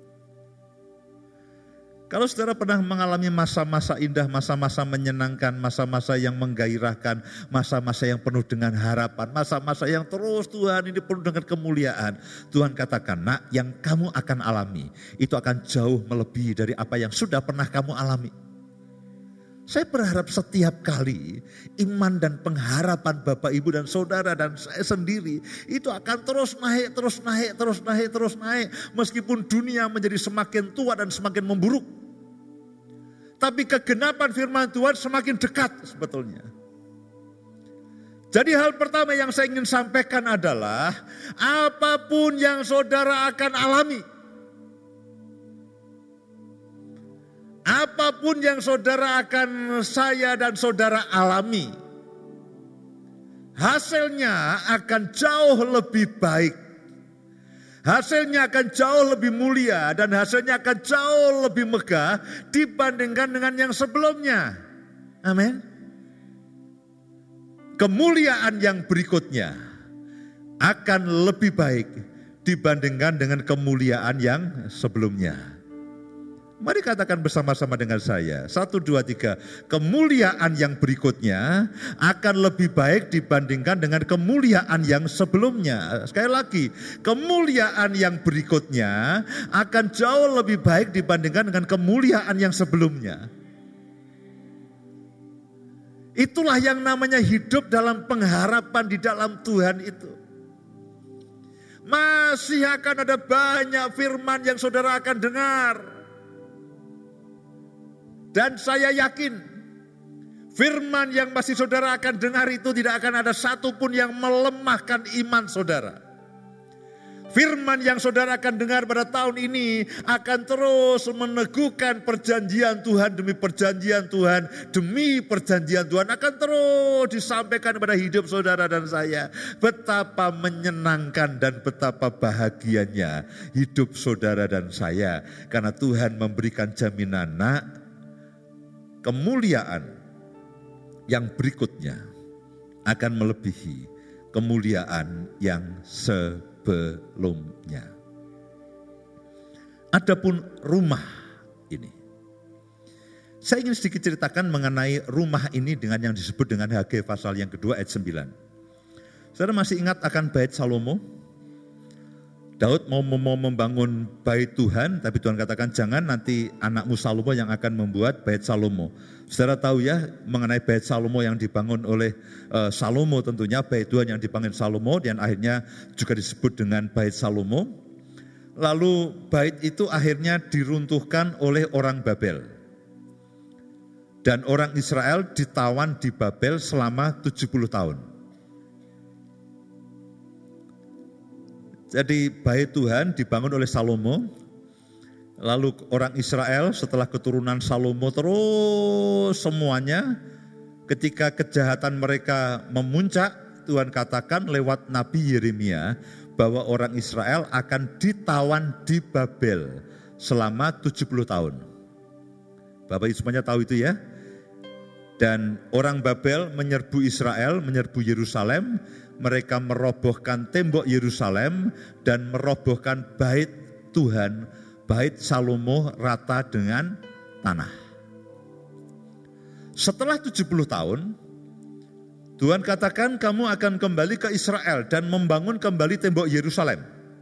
Kalau saudara pernah mengalami masa-masa indah, masa-masa menyenangkan, masa-masa yang menggairahkan, masa-masa yang penuh dengan harapan, masa-masa yang terus Tuhan ini penuh dengan kemuliaan. Tuhan katakan, nak, yang kamu akan alami itu akan jauh melebihi dari apa yang sudah pernah kamu alami. Saya berharap setiap kali iman dan pengharapan Bapak, Ibu dan Saudara dan saya sendiri itu akan terus naik, terus naik, terus naik, terus naik. Meskipun dunia menjadi semakin tua dan semakin memburuk. Tapi kegenapan firman Tuhan semakin dekat sebetulnya. Jadi hal pertama yang saya ingin sampaikan adalah apapun yang saudara akan alami, apapun yang saudara akan saya dan saudara alami, hasilnya akan jauh lebih baik. Hasilnya akan jauh lebih mulia dan hasilnya akan jauh lebih megah dibandingkan dengan yang sebelumnya. Amin. Kemuliaan yang berikutnya akan lebih baik dibandingkan dengan kemuliaan yang sebelumnya. Mari katakan bersama-sama dengan saya. Satu, dua, tiga. Kemuliaan yang berikutnya akan lebih baik dibandingkan dengan kemuliaan yang sebelumnya. Sekali lagi, kemuliaan yang berikutnya akan jauh lebih baik dibandingkan dengan kemuliaan yang sebelumnya. Itulah yang namanya hidup dalam pengharapan di dalam Tuhan itu. Masih akan ada banyak firman yang saudara akan dengar. Dan saya yakin firman yang masih saudara akan dengar itu tidak akan ada satupun yang melemahkan iman saudara. Firman yang saudara akan dengar pada tahun ini akan terus meneguhkan perjanjian Tuhan demi perjanjian Tuhan, demi perjanjian Tuhan akan terus disampaikan pada hidup saudara dan saya. Betapa menyenangkan dan betapa bahagianya hidup saudara dan saya. Karena Tuhan memberikan jaminan, nak, kemuliaan yang berikutnya akan melebihi kemuliaan yang sebelumnya. Adapun rumah ini, saya ingin sedikit ceritakan mengenai rumah ini dengan yang disebut dengan Hagai pasal yang kedua ayat sembilan. Saudara masih ingat akan bait Salomo? Daud mau, mau membangun bait Tuhan, tapi Tuhan katakan jangan, nanti anakmu Salomo yang akan membuat bait Salomo. Saudara tahu ya mengenai bait Salomo yang dibangun oleh uh, Salomo, tentunya bait Tuhan yang dibangun Salomo dan akhirnya juga disebut dengan bait Salomo. Lalu bait itu akhirnya diruntuhkan oleh orang Babel. Dan orang Israel ditawan di Babel selama tujuh puluh tahun. Jadi bait Tuhan dibangun oleh Salomo. Lalu orang Israel setelah keturunan Salomo terus semuanya, ketika kejahatan mereka memuncak, Tuhan katakan lewat Nabi Yeremia bahwa orang Israel akan ditawan di Babel selama tujuh puluh tahun. Bapak Ibu semuanya tahu itu ya. Dan orang Babel menyerbu Israel, menyerbu Yerusalem, mereka merobohkan tembok Yerusalem dan merobohkan bait Tuhan, bait Salomo rata dengan tanah. Setelah tujuh puluh tahun, Tuhan katakan kamu akan kembali ke Israel dan membangun kembali tembok Yerusalem.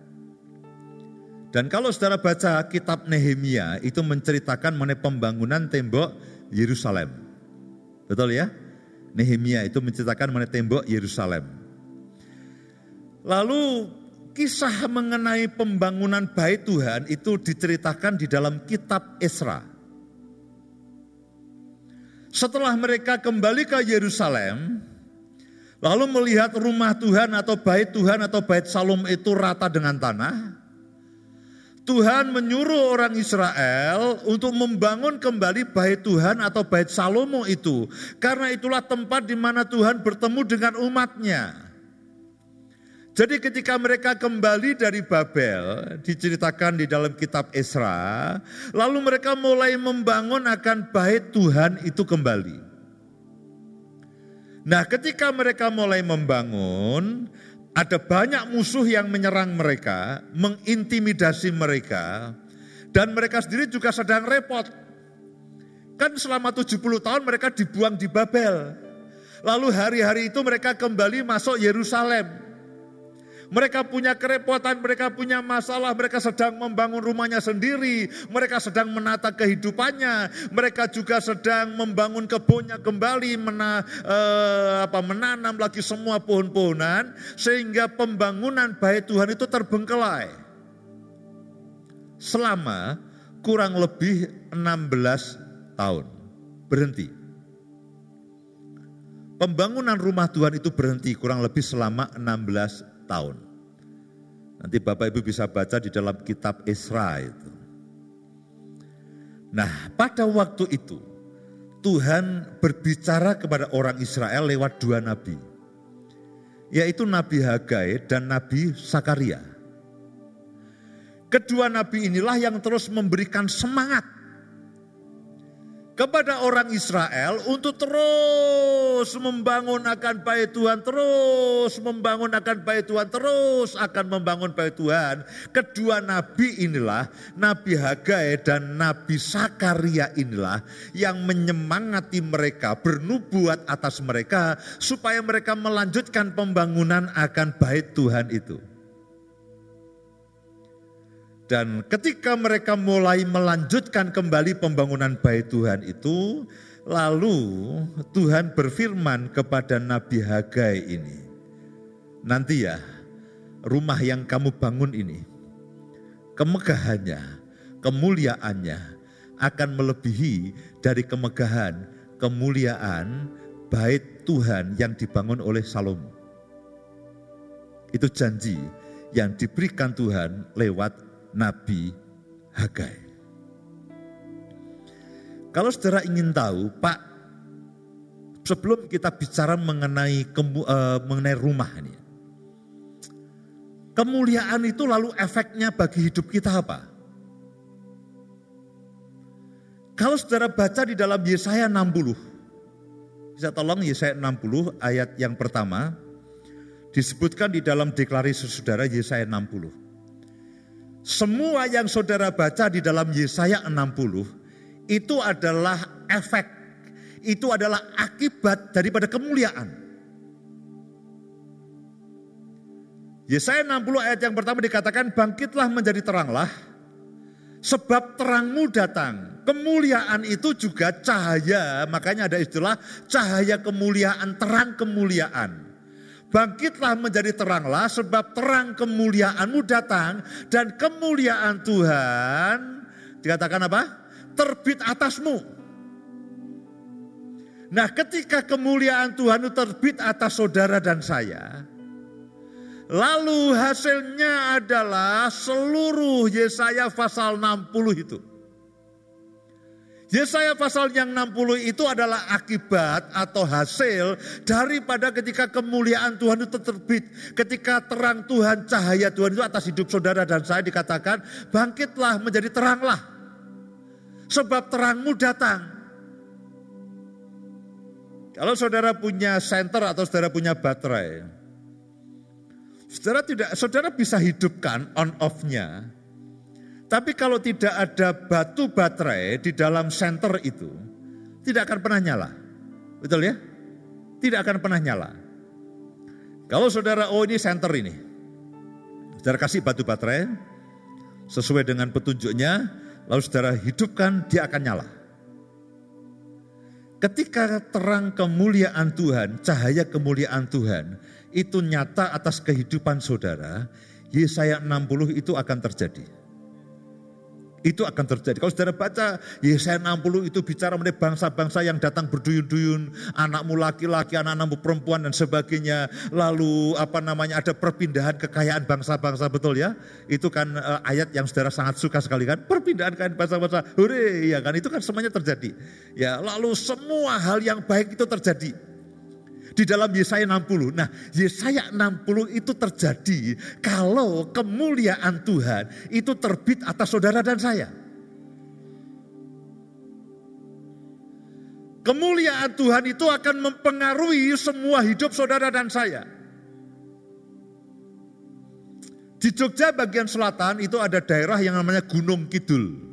Dan kalau saudara baca kitab Nehemia itu menceritakan mengenai pembangunan tembok Yerusalem. Betul ya? Nehemia itu menceritakan mengenai tembok Yerusalem. Lalu kisah mengenai pembangunan bait Tuhan itu diceritakan di dalam kitab Esra. Setelah mereka kembali ke Yerusalem, lalu melihat rumah Tuhan atau bait Tuhan atau bait Salomo itu rata dengan tanah, Tuhan menyuruh orang Israel untuk membangun kembali bait Tuhan atau bait Salomo itu. Karena itulah tempat di mana Tuhan bertemu dengan umatnya. Jadi ketika mereka kembali dari Babel, diceritakan di dalam kitab Esra, lalu mereka mulai membangun akan bait Tuhan itu kembali. Nah, ketika mereka mulai membangun, ada banyak musuh yang menyerang mereka, mengintimidasi mereka, dan mereka sendiri juga sedang repot. Kan selama tujuh puluh tahun mereka dibuang di Babel. Lalu hari-hari itu mereka kembali masuk Yerusalem. Mereka punya kerepotan, mereka punya masalah, mereka sedang membangun rumahnya sendiri, mereka sedang menata kehidupannya, mereka juga sedang membangun kebunnya kembali, mena, eh, apa, menanam lagi semua pohon-pohonan, sehingga pembangunan bait Tuhan itu terbengkelai. Selama kurang lebih enam belas tahun, berhenti. Pembangunan rumah Tuhan itu berhenti kurang lebih selama enam belas tahun. Nanti Bapak Ibu bisa baca di dalam kitab Esra itu. Nah, pada waktu itu Tuhan berbicara kepada orang Israel lewat dua nabi, yaitu Nabi Hagai dan Nabi Sakaria. Kedua nabi inilah yang terus memberikan semangat kepada orang Israel untuk terus membangun akan bait Tuhan, terus membangun akan bait Tuhan, terus akan membangun bait Tuhan. Kedua nabi inilah, Nabi Hagai dan Nabi Sakaria inilah yang menyemangati mereka, bernubuat atas mereka supaya mereka melanjutkan pembangunan akan bait Tuhan itu. Dan ketika mereka mulai melanjutkan kembali pembangunan bait Tuhan itu, lalu Tuhan berfirman kepada Nabi Hagai ini, nanti ya rumah yang kamu bangun ini, kemegahannya, kemuliaannya akan melebihi dari kemegahan, kemuliaan bait Tuhan yang dibangun oleh Salomo. Itu janji yang diberikan Tuhan lewat Nabi Hagai. Kalau saudara ingin tahu, Pak, sebelum kita bicara mengenai kemu, uh, mengenai rumah ini, kemuliaan itu lalu efeknya bagi hidup kita apa? Kalau saudara baca di dalam Yesaya enam puluh, bisa tolong Yesaya enam puluh ayat yang pertama, disebutkan di dalam deklarasi saudara Yesaya enam puluh. Semua yang saudara baca di dalam Yesaya enam puluh itu adalah efek, itu adalah akibat daripada kemuliaan. Yesaya enam puluh ayat yang pertama dikatakan, bangkitlah menjadi teranglah, sebab terangmu datang. Kemuliaan itu juga cahaya, makanya ada istilah cahaya kemuliaan, terang kemuliaan. Bangkitlah menjadi teranglah sebab terang kemuliaanmu datang dan kemuliaan Tuhan dikatakan apa? Terbit atasmu. Nah, ketika kemuliaan Tuhan itu terbit atas saudara dan saya, lalu hasilnya adalah seluruh Yesaya pasal enam puluh itu. Yesaya pasal yang enam puluh itu adalah akibat atau hasil daripada ketika kemuliaan Tuhan itu terbit. Ketika terang Tuhan, cahaya Tuhan itu atas hidup saudara dan saya dikatakan, bangkitlah menjadi teranglah. Sebab terangmu datang. Kalau saudara punya senter atau saudara punya baterai, saudara tidak, saudara bisa hidupkan on off-nya. Tapi kalau tidak ada batu baterai di dalam senter itu, tidak akan pernah nyala. Betul ya? Tidak akan pernah nyala. Kalau saudara, oh ini senter ini. Saudara kasih batu baterai, sesuai dengan petunjuknya, lalu saudara hidupkan, dia akan nyala. Ketika terang kemuliaan Tuhan, cahaya kemuliaan Tuhan, itu nyata atas kehidupan saudara, Yesaya enam puluh itu akan terjadi. Itu akan terjadi. Kalau saudara baca Yesaya enam puluh itu bicara mengenai bangsa-bangsa yang datang berduyun-duyun, anakmu laki-laki, anak-anakmu perempuan dan sebagainya. Lalu apa namanya ada perpindahan kekayaan bangsa-bangsa, betul ya? Itu kan uh, ayat yang saudara sangat suka sekali kan? Perpindahan kekayaan bangsa-bangsa. Hore, ya kan? Itu kan semuanya terjadi. Ya, lalu semua hal yang baik itu terjadi di dalam Yesaya enam puluh. Nah, Yesaya enam puluh itu terjadi kalau kemuliaan Tuhan itu terbit atas saudara dan saya. Kemuliaan Tuhan itu akan mempengaruhi semua hidup saudara dan saya. Di Jogja bagian selatan itu ada daerah yang namanya Gunung Kidul.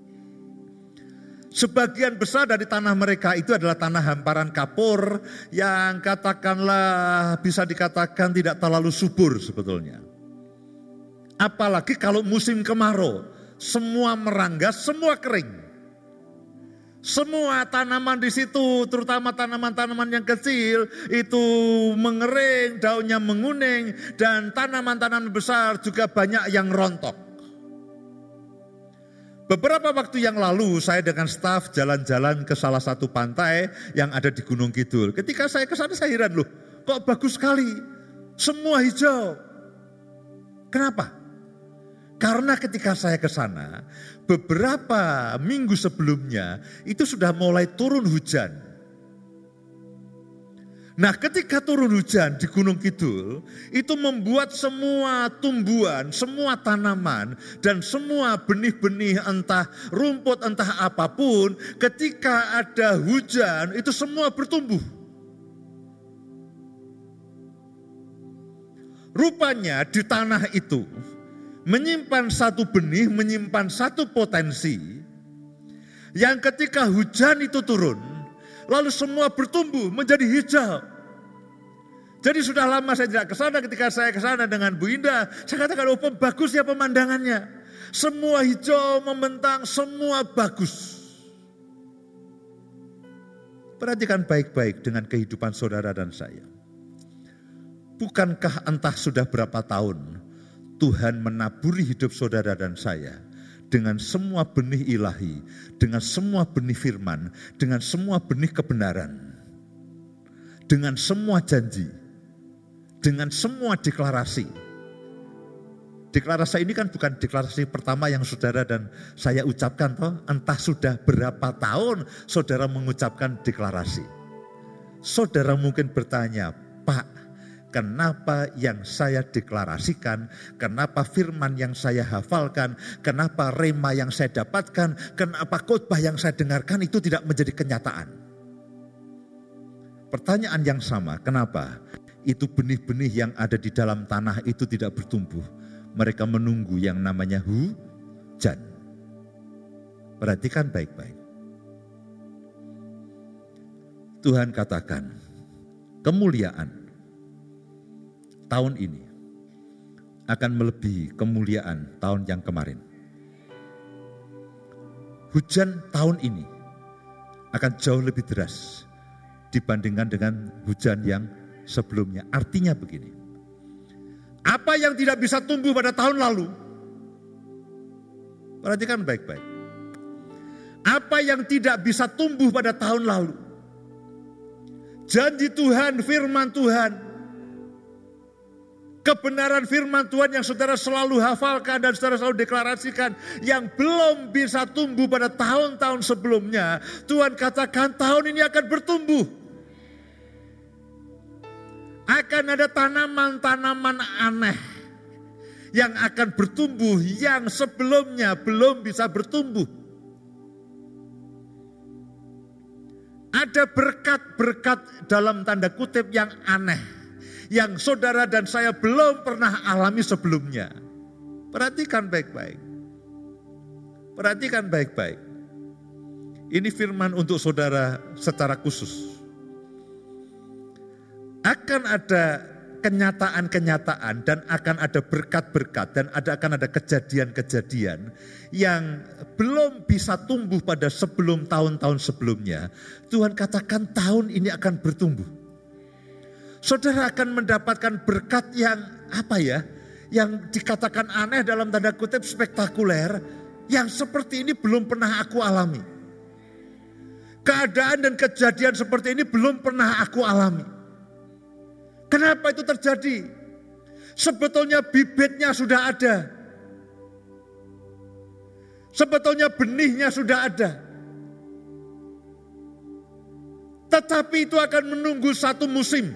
Sebagian besar dari tanah mereka itu adalah tanah hamparan kapur yang katakanlah bisa dikatakan tidak terlalu subur sebetulnya. Apalagi kalau musim kemarau, semua meranggas, semua kering. Semua tanaman di situ, terutama tanaman-tanaman yang kecil, itu mengering, daunnya menguning, dan tanaman-tanaman besar juga banyak yang rontok. Beberapa waktu yang lalu saya dengan staf jalan-jalan ke salah satu pantai yang ada di Gunung Kidul. Ketika saya ke sana saya heran, loh kok bagus sekali, semua hijau. Kenapa? Karena ketika saya ke sana, beberapa minggu sebelumnya itu sudah mulai turun hujan. Nah, ketika turun hujan di Gunung Kidul, itu membuat semua tumbuhan, semua tanaman, dan semua benih-benih entah rumput, entah apapun, ketika ada hujan, itu semua bertumbuh. Rupanya di tanah itu, menyimpan satu benih, menyimpan satu potensi, yang ketika hujan itu turun, lalu semua bertumbuh menjadi hijau. Jadi sudah lama saya tidak ke sana, ketika saya ke sana dengan Bu Indah, saya katakan, oh bagus ya pemandangannya. Semua hijau membentang, semua bagus. Perhatikan baik-baik dengan kehidupan saudara dan saya. Bukankah entah sudah berapa tahun Tuhan menaburi hidup saudara dan saya dengan semua benih ilahi, dengan semua benih firman, dengan semua benih kebenaran, dengan semua janji, dengan semua deklarasi. Deklarasi ini kan bukan deklarasi pertama yang saudara dan saya ucapkan toh, entah sudah berapa tahun saudara mengucapkan deklarasi. Saudara mungkin bertanya, Pak, kenapa yang saya deklarasikan, kenapa firman yang saya hafalkan, kenapa rema yang saya dapatkan, kenapa khotbah yang saya dengarkan itu tidak menjadi kenyataan? Pertanyaan yang sama, kenapa? Itu benih-benih yang ada di dalam tanah itu tidak bertumbuh. Mereka menunggu yang namanya hujan. Perhatikan baik-baik. Tuhan katakan, kemuliaan tahun ini akan melebihi kemuliaan tahun yang kemarin. Hujan tahun ini akan jauh lebih deras dibandingkan dengan hujan yang sebelumnya. Artinya begini, apa yang tidak bisa tumbuh pada tahun lalu, perhatikan baik-baik. Apa yang tidak bisa tumbuh pada tahun lalu, janji Tuhan, firman Tuhan, kebenaran firman Tuhan yang saudara selalu hafalkan dan saudara selalu deklarasikan, yang belum bisa tumbuh pada tahun-tahun sebelumnya, Tuhan katakan tahun ini akan bertumbuh. Akan ada tanaman-tanaman aneh yang akan bertumbuh yang sebelumnya belum bisa bertumbuh. Ada berkat-berkat dalam tanda kutip yang aneh, yang saudara dan saya belum pernah alami sebelumnya. Perhatikan baik-baik. Perhatikan baik-baik. Ini firman untuk saudara secara khusus. Akan ada kenyataan-kenyataan dan akan ada berkat-berkat dan ada akan ada kejadian-kejadian yang belum bisa tumbuh pada sebelum tahun-tahun sebelumnya. Tuhan katakan tahun ini akan bertumbuh. Saudara akan mendapatkan berkat yang apa ya? Yang dikatakan aneh dalam tanda kutip spektakuler, yang seperti ini belum pernah aku alami. Keadaan dan kejadian seperti ini belum pernah aku alami. Kenapa itu terjadi? Sebetulnya bibitnya sudah ada. Sebetulnya benihnya sudah ada. Tetapi itu akan menunggu satu musim.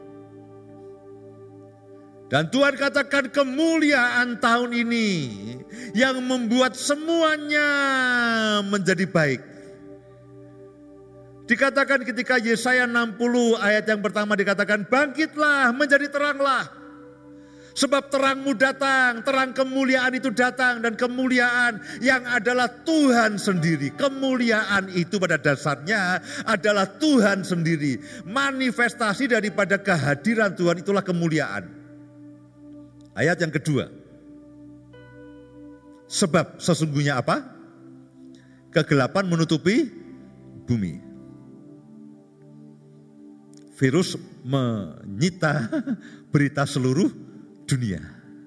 Dan Tuhan katakan kemuliaan tahun ini yang membuat semuanya menjadi baik. Dikatakan ketika Yesaya enam puluh ayat yang pertama dikatakan, bangkitlah menjadi teranglah. Sebab terangmu datang, terang kemuliaan itu datang, dan kemuliaan yang adalah Tuhan sendiri. Kemuliaan itu pada dasarnya adalah Tuhan sendiri. Manifestasi daripada kehadiran Tuhan itulah kemuliaan. Ayat yang kedua. Sebab sesungguhnya apa? Kegelapan menutupi bumi. Virus menyita berita seluruh dunia.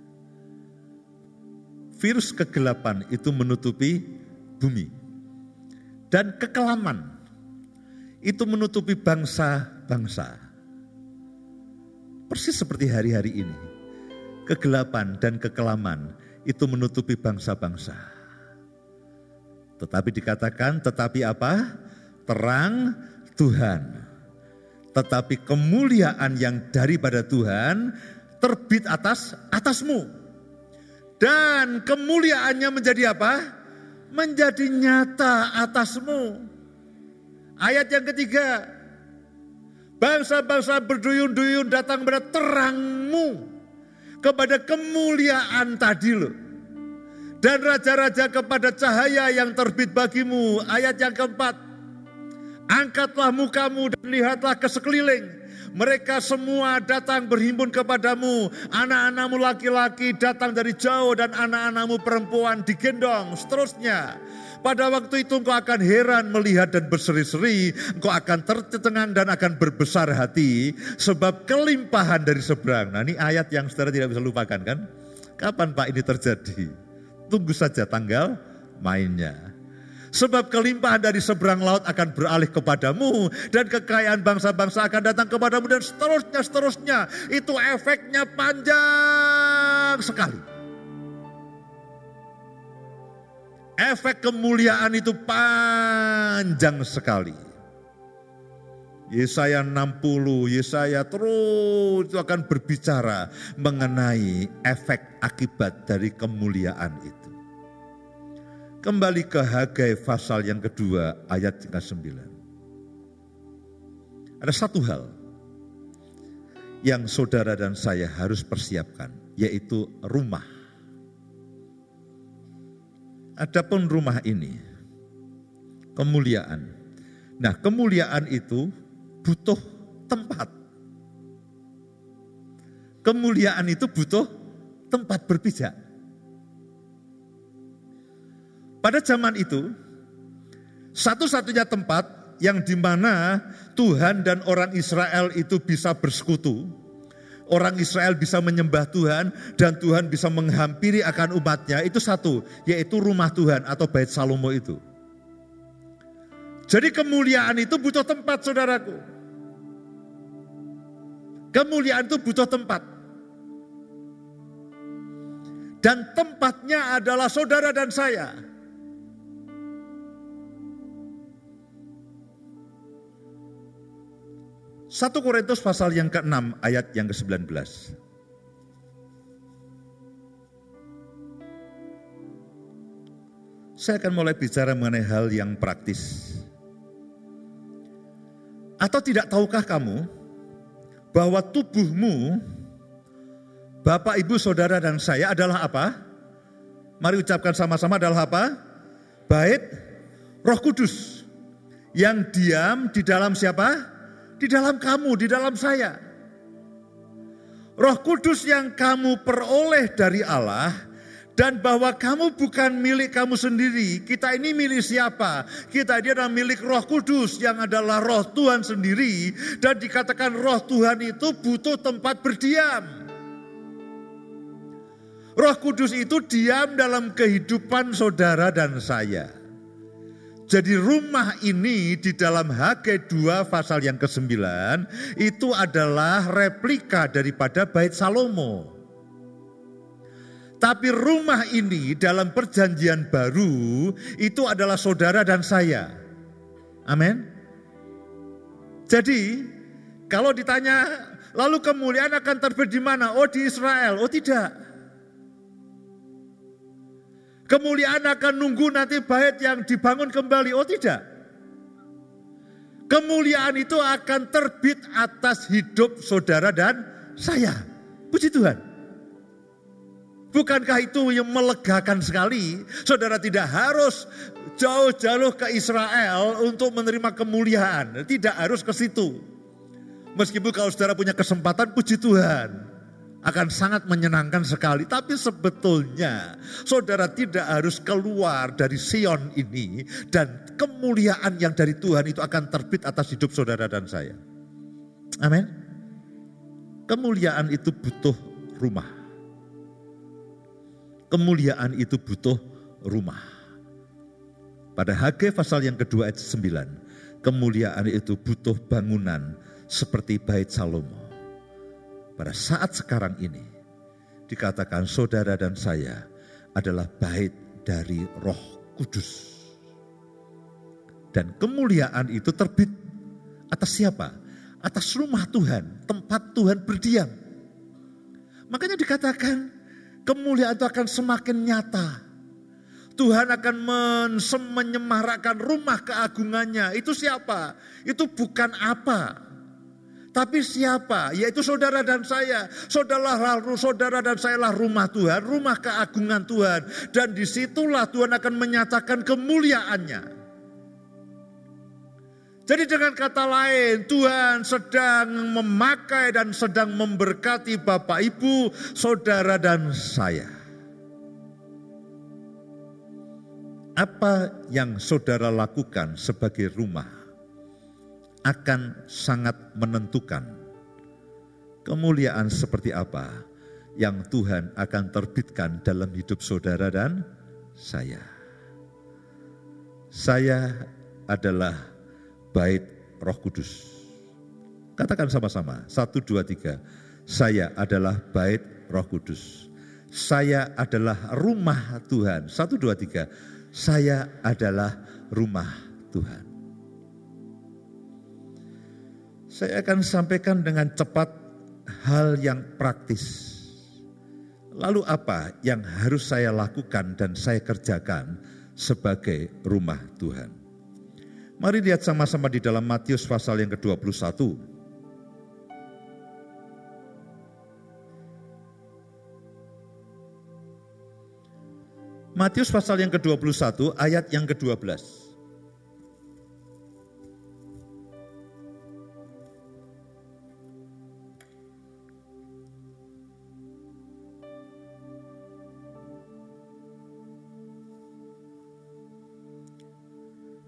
Virus kegelapan itu menutupi bumi. Dan kekelaman itu menutupi bangsa-bangsa. Persis seperti hari-hari ini. Kegelapan dan kekelaman itu menutupi bangsa-bangsa. Tetapi dikatakan, tetapi apa? Terang Tuhan. Tetapi kemuliaan yang daripada Tuhan terbit atas atasmu. Dan kemuliaannya menjadi apa? Menjadi nyata atasmu. Ayat yang ketiga. Bangsa-bangsa berduyun-duyun datang kepada terangmu. Kepada kemuliaan tadi loh. Dan raja-raja kepada cahaya yang terbit bagimu. Ayat yang keempat. Angkatlah mukamu dan lihatlah ke sekeliling. Mereka semua datang berhimpun kepadamu. Anak-anakmu laki-laki datang dari jauh dan anak-anakmu perempuan digendong. Seterusnya. Pada waktu itu engkau akan heran melihat dan berseri-seri. Engkau akan tercengang dan akan berbesar hati. Sebab kelimpahan dari seberang. Nah ini ayat yang saudara tidak bisa lupakan kan. Kapan Pak ini terjadi? Tunggu saja tanggal mainnya. Sebab kelimpahan dari seberang laut akan beralih kepadamu. Dan kekayaan bangsa-bangsa akan datang kepadamu. Dan seterusnya, seterusnya. Itu efeknya panjang sekali. Efek kemuliaan itu panjang sekali. Yesaya enam puluh, Yesaya terus akan berbicara mengenai efek akibat dari kemuliaan itu. Kembali ke Hagai pasal yang kedua ayat yang kesembilan. Ada satu hal yang saudara dan saya harus persiapkan, yaitu rumah. Adapun rumah ini, kemuliaan. Nah, kemuliaan itu butuh tempat. Kemuliaan itu butuh tempat berpijak. Pada zaman itu, satu-satunya tempat yang dimana Tuhan dan orang Israel itu bisa bersekutu. Orang Israel bisa menyembah Tuhan dan Tuhan bisa menghampiri akan umatnya. Itu satu, yaitu rumah Tuhan atau Bait Salomo itu. Jadi kemuliaan itu butuh tempat, saudaraku. Kemuliaan itu butuh tempat. Dan tempatnya adalah saudara dan saya. satu Korintus pasal yang keenam ayat yang kesembilan belas. Saya akan mulai bicara mengenai hal yang praktis. Atau tidak tahukah kamu bahwa tubuhmu, Bapak, Ibu, Saudara dan saya adalah apa? Mari ucapkan sama-sama, adalah apa? Bait Roh Kudus yang diam di dalam siapa? Di dalam kamu, di dalam saya. Roh Kudus yang kamu peroleh dari Allah, dan bahwa kamu bukan milik kamu sendiri. Kita ini milik siapa? Kita ini adalah milik Roh Kudus yang adalah Roh Tuhan sendiri. Dan dikatakan Roh Tuhan itu butuh tempat berdiam. Roh Kudus itu diam dalam kehidupan saudara dan saya. Jadi rumah ini di dalam Hagai dua pasal yang kesembilan itu adalah replika daripada Bait Salomo. Tapi rumah ini dalam perjanjian baru itu adalah saudara dan saya. Amin. Jadi kalau ditanya lalu kemuliaan akan terbit di mana? Oh, di Israel. Oh, tidak. Kemuliaan akan nunggu nanti bait yang dibangun kembali. Oh, tidak. Kemuliaan itu akan terbit atas hidup saudara dan saya. Puji Tuhan. Bukankah itu yang melegakan sekali? Saudara tidak harus jauh-jauh ke Israel untuk menerima kemuliaan. Tidak harus ke situ. Meskipun kalau saudara punya kesempatan, puji Tuhan. Akan sangat menyenangkan sekali. Tapi sebetulnya saudara tidak harus keluar dari Sion ini. Dan kemuliaan yang dari Tuhan itu akan terbit atas hidup saudara dan saya. Amin. Kemuliaan itu butuh rumah. Kemuliaan itu butuh rumah. Pada Hagai pasal yang kedua ayat sembilan. Kemuliaan itu butuh bangunan seperti Bait Salomo. Pada saat sekarang ini dikatakan saudara dan saya adalah bait dari Roh Kudus. Dan kemuliaan itu terbit atas siapa? Atas rumah Tuhan, tempat Tuhan berdiam. Makanya dikatakan kemuliaan itu akan semakin nyata. Tuhan akan menyemarakkan rumah keagungannya. Itu siapa? Itu bukan apa. Tapi siapa? Yaitu saudara dan saya. Saudara, saudara dan saya lah rumah Tuhan, rumah keagungan Tuhan. Dan disitulah Tuhan akan menyatakan kemuliaannya. Jadi dengan kata lain, Tuhan sedang memakai dan sedang memberkati Bapak, Ibu, saudara dan saya. Apa yang saudara lakukan sebagai rumah akan sangat menentukan kemuliaan seperti apa yang Tuhan akan terbitkan dalam hidup saudara dan saya. Saya adalah bait Roh Kudus. Katakan sama-sama, satu, dua, tiga. Saya adalah bait Roh Kudus. Saya adalah rumah Tuhan. Satu, dua, tiga. Saya adalah rumah Tuhan. Saya akan sampaikan dengan cepat hal yang praktis. Lalu apa yang harus saya lakukan dan saya kerjakan sebagai rumah Tuhan? Mari lihat sama-sama di dalam Matius pasal yang kedua puluh satu. Matius pasal yang kedua puluh satu ayat yang kedua belas.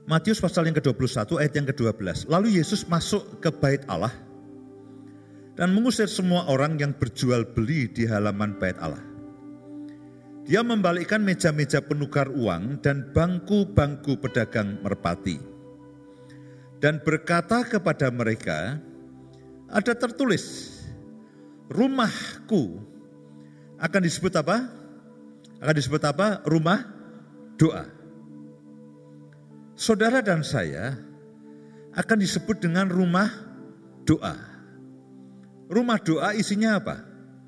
Matius pasal yang kedua puluh satu ayat yang kedua belas. Lalu Yesus masuk ke bait Allah dan mengusir semua orang yang berjual beli di halaman bait Allah. Dia membalikkan meja-meja penukar uang dan bangku-bangku pedagang merpati. Dan berkata kepada mereka, ada tertulis, rumahku akan disebut apa? Akan disebut apa? Rumah doa. Saudara dan saya akan disebut dengan rumah doa. Rumah doa isinya apa?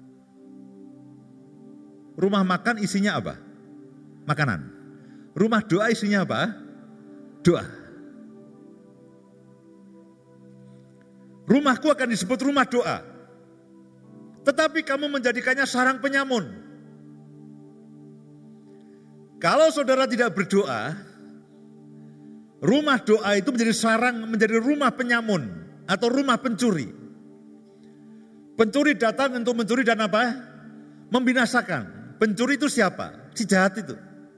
Rumah makan isinya apa? Makanan. Rumah doa isinya apa? Doa. Rumahku akan disebut rumah doa. Tetapi kamu menjadikannya sarang penyamun. Kalau saudara tidak berdoa, rumah doa itu menjadi sarang, menjadi rumah penyamun atau rumah pencuri. Pencuri datang untuk mencuri dan apa? Membinasakan. Pencuri itu siapa? Si jahat itu.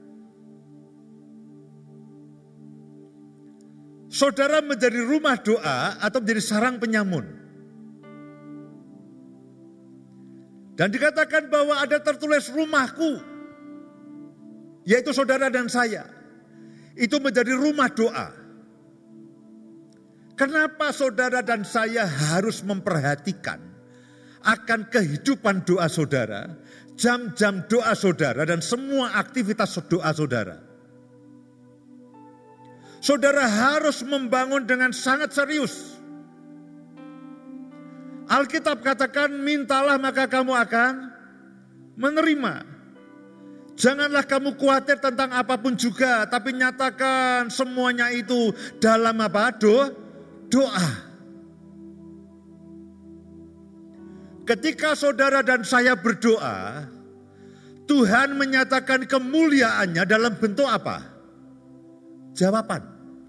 Saudara menjadi rumah doa atau menjadi sarang penyamun. Dan dikatakan bahwa ada tertulis rumahku, yaitu saudara dan saya. Itu menjadi rumah doa. Kenapa saudara dan saya harus memperhatikan akan kehidupan doa saudara, jam-jam doa saudara, dan semua aktivitas doa saudara? Saudara harus membangun dengan sangat serius. Alkitab katakan, mintalah maka kamu akan menerima. Janganlah kamu khawatir tentang apapun juga, tapi nyatakan semuanya itu dalam apa? Do, doa. Ketika saudara dan saya berdoa, Tuhan menyatakan kemuliaannya dalam bentuk apa? Jawaban.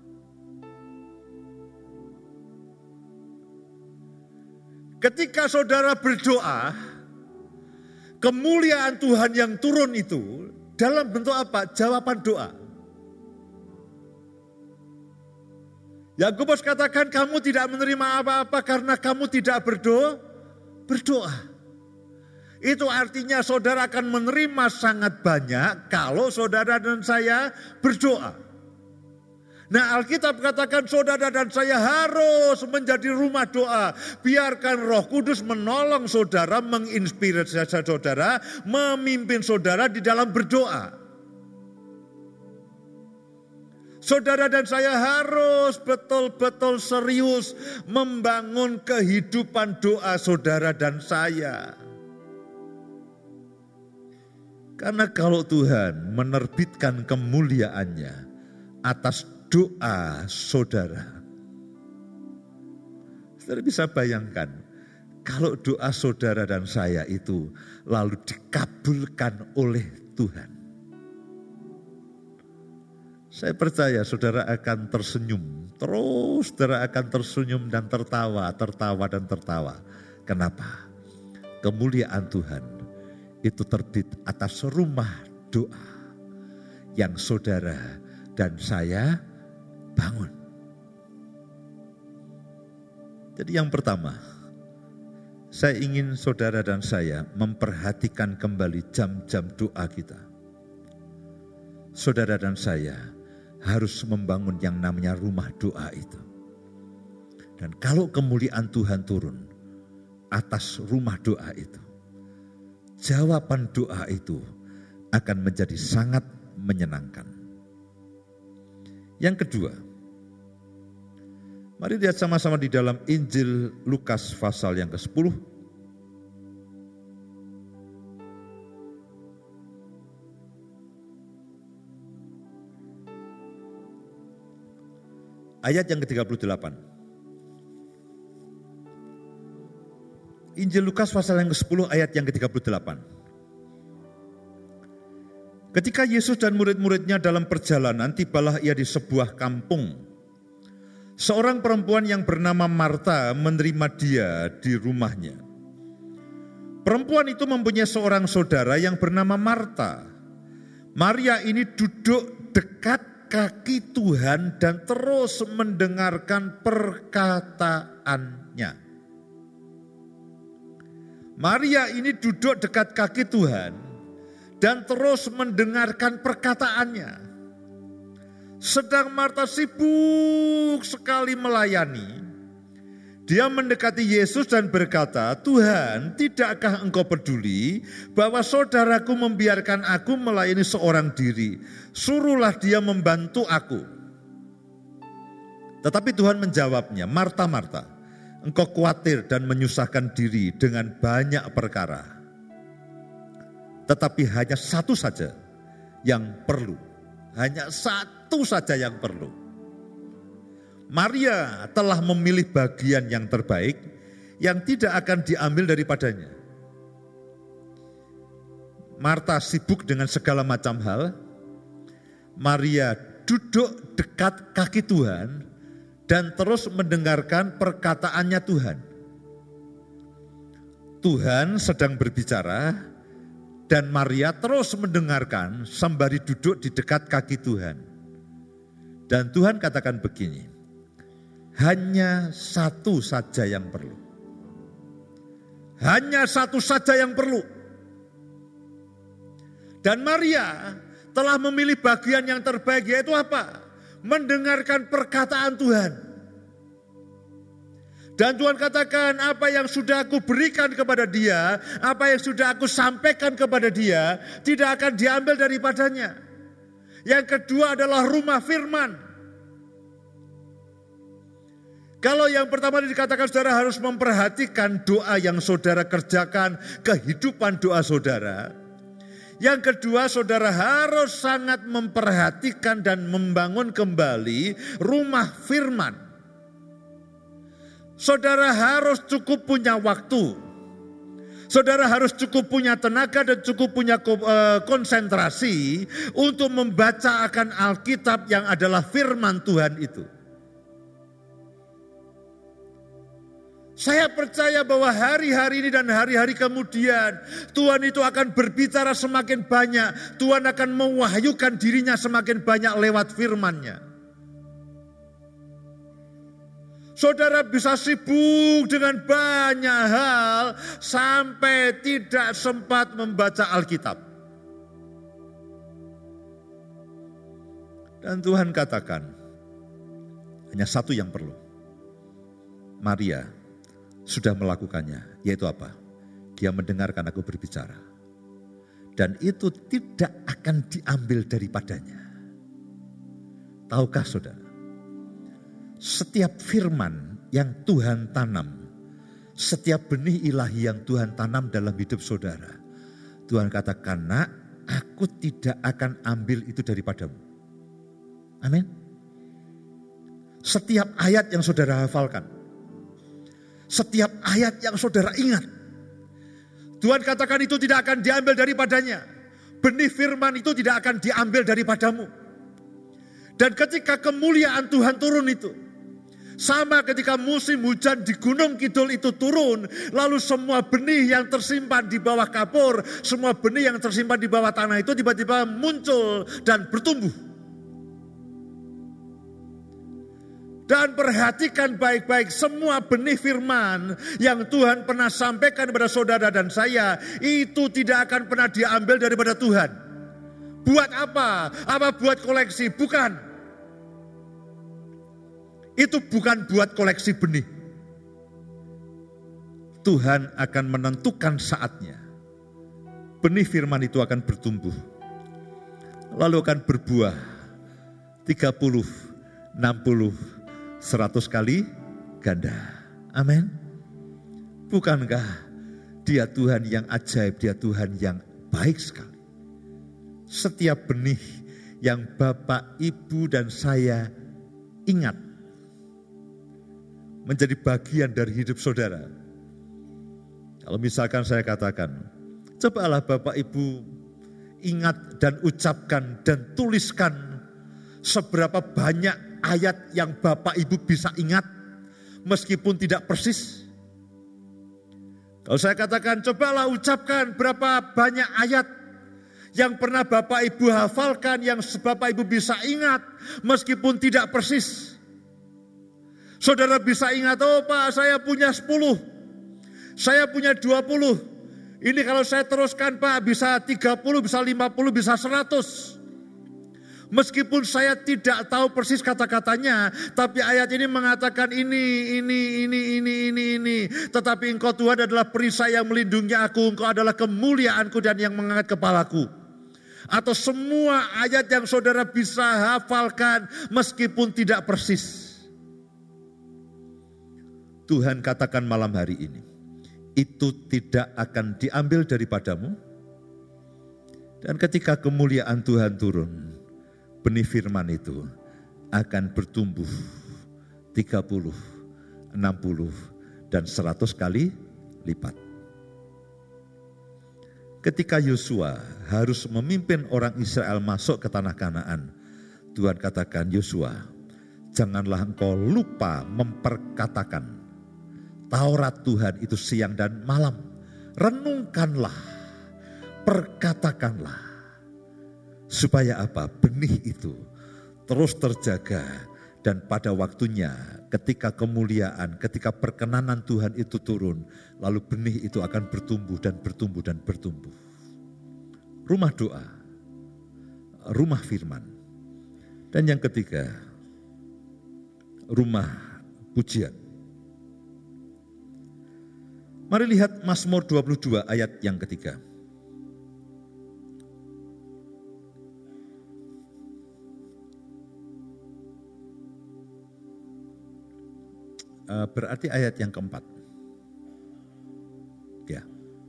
Ketika saudara berdoa, kemuliaan Tuhan yang turun itu dalam bentuk apa? Jawaban doa. Yakobus katakan kamu tidak menerima apa-apa karena kamu tidak berdoa. Berdoa. Itu artinya saudara akan menerima sangat banyak kalau saudara dan saya berdoa. Nah, Alkitab katakan saudara dan saya harus menjadi rumah doa. Biarkan Roh Kudus menolong saudara, menginspirasi saudara, memimpin saudara di dalam berdoa. Saudara dan saya harus betul-betul serius membangun kehidupan doa saudara dan saya. Karena kalau Tuhan menerbitkan kemuliaannya atas doa saudara, saudara bisa bayangkan kalau doa saudara dan saya itu lalu dikabulkan oleh Tuhan. Saya percaya saudara akan tersenyum, terus saudara akan tersenyum dan tertawa, tertawa dan tertawa. Kenapa? Kemuliaan Tuhan itu terbit atas rumah doa yang saudara dan saya bangun. Jadi yang pertama, saya ingin saudara dan saya memperhatikan kembali jam-jam doa kita. Saudara dan saya harus membangun yang namanya rumah doa itu. Dan kalau kemuliaan Tuhan turun atas rumah doa itu, jawaban doa itu akan menjadi sangat menyenangkan. Yang kedua, mari lihat sama-sama di dalam Injil Lukas pasal yang kesepuluh. Ayat yang ke tiga puluh delapan. Injil Lukas pasal yang kesepuluh ayat yang ke tiga puluh delapan. Ketika Yesus dan murid-muridnya dalam perjalanan, tibalah ia di sebuah kampung. Seorang perempuan yang bernama Marta menerima dia di rumahnya. Perempuan itu mempunyai seorang saudara yang bernama Marta. Maria ini duduk dekat kaki Tuhan dan terus mendengarkan perkataannya. Maria ini duduk dekat kaki Tuhan dan terus mendengarkan perkataannya. Sedang Marta sibuk sekali melayani. Dia mendekati Yesus dan berkata, "Tuhan, tidakkah engkau peduli bahwa saudaraku membiarkan aku melayani seorang diri? Suruhlah dia membantu aku." Tetapi Tuhan menjawabnya, "Marta, Marta, engkau khawatir dan menyusahkan diri dengan banyak perkara. Tetapi hanya satu saja yang perlu. Hanya satu saja yang perlu. Maria telah memilih bagian yang terbaik yang tidak akan diambil daripadanya." Marta sibuk dengan segala macam hal. Maria duduk dekat kaki Tuhan dan terus mendengarkan perkataannya Tuhan. Tuhan sedang berbicara dan Maria terus mendengarkan sembari duduk di dekat kaki Tuhan. Dan Tuhan katakan begini, hanya satu saja yang perlu. Hanya satu saja yang perlu. Dan Maria telah memilih bagian yang terbaik, yaitu apa? Mendengarkan perkataan Tuhan. Dan Tuhan katakan, apa yang sudah aku berikan kepada dia, apa yang sudah aku sampaikan kepada dia, tidak akan diambil daripadanya. Yang kedua adalah rumah firman. Kalau yang pertama dikatakan saudara harus memperhatikan doa yang saudara kerjakan, kehidupan doa saudara. Yang kedua, saudara harus sangat memperhatikan dan membangun kembali rumah firman. Saudara harus cukup punya waktu. Saudara harus cukup punya tenaga dan cukup punya konsentrasi untuk membaca akan Alkitab yang adalah firman Tuhan itu. Saya percaya bahwa hari-hari ini dan hari-hari kemudian Tuhan itu akan berbicara semakin banyak. Tuhan akan mewahyukan dirinya semakin banyak lewat firman-Nya. Saudara bisa sibuk dengan banyak hal sampai tidak sempat membaca Alkitab. Dan Tuhan katakan, hanya satu yang perlu. Maria sudah melakukannya, yaitu apa? Dia mendengarkan aku berbicara. Dan itu tidak akan diambil daripadanya. Tahukah saudara? Setiap firman yang Tuhan tanam, setiap benih ilahi yang Tuhan tanam dalam hidup saudara, Tuhan katakan, "Nak, aku tidak akan ambil itu daripadamu." Amin. Setiap ayat yang saudara hafalkan, setiap ayat yang saudara ingat, Tuhan katakan itu tidak akan diambil daripadanya. Benih firman itu tidak akan diambil daripadamu. Dan ketika kemuliaan Tuhan turun itu, sama ketika musim hujan di Gunung Kidul itu turun, lalu semua benih yang tersimpan di bawah kapur, semua benih yang tersimpan di bawah tanah itu tiba-tiba muncul dan bertumbuh. Dan perhatikan baik-baik, semua benih firman yang Tuhan pernah sampaikan kepada saudara dan saya, itu tidak akan pernah diambil daripada Tuhan. Buat apa? Apa buat koleksi? Bukan. Itu bukan buat koleksi benih. Tuhan akan menentukan saatnya. Benih firman itu akan bertumbuh. Lalu akan berbuah tiga puluh, enam puluh, seratus kali ganda. Amin. Bukankah Dia Tuhan yang ajaib, Dia Tuhan yang baik sekali. Setiap benih yang Bapak, Ibu dan saya ingat menjadi bagian dari hidup saudara. Kalau misalkan saya katakan, cobalah Bapak Ibu ingat dan ucapkan dan tuliskan seberapa banyak ayat yang Bapak Ibu bisa ingat meskipun tidak persis. Kalau saya katakan, cobalah ucapkan berapa banyak ayat yang pernah Bapak Ibu hafalkan, yang Bapak Ibu bisa ingat meskipun tidak persis. Saudara bisa ingat, oh Pak saya punya sepuluh, saya punya dua puluh. Ini kalau saya teruskan Pak bisa tiga puluh, bisa lima puluh, bisa seratus. Meskipun saya tidak tahu persis kata-katanya, tapi ayat ini mengatakan ini, ini, ini, ini, ini, ini. Tetapi Engkau Tuhan adalah perisai yang melindungi aku, Engkau adalah kemuliaanku dan yang mengangkat kepalaku. Atau semua ayat yang saudara bisa hafalkan meskipun tidak persis. Tuhan katakan malam hari ini, itu tidak akan diambil daripadamu. Dan ketika kemuliaan Tuhan turun, benih firman itu akan bertumbuh tiga puluh, enam puluh, dan seratus kali lipat. Ketika Yosua harus memimpin orang Israel masuk ke tanah Kanaan, Tuhan katakan, Yosua, janganlah engkau lupa memperkatakan Taurat Tuhan itu siang dan malam. Renungkanlah, perkatakanlah. Supaya apa? Benih itu terus terjaga dan pada waktunya ketika kemuliaan, ketika perkenanan Tuhan itu turun, lalu benih itu akan bertumbuh dan bertumbuh dan bertumbuh. Rumah doa, rumah firman. Dan yang ketiga, rumah pujian. Mari lihat Mazmur dua puluh dua ayat yang ketiga. Berarti ayat yang keempat. Ya.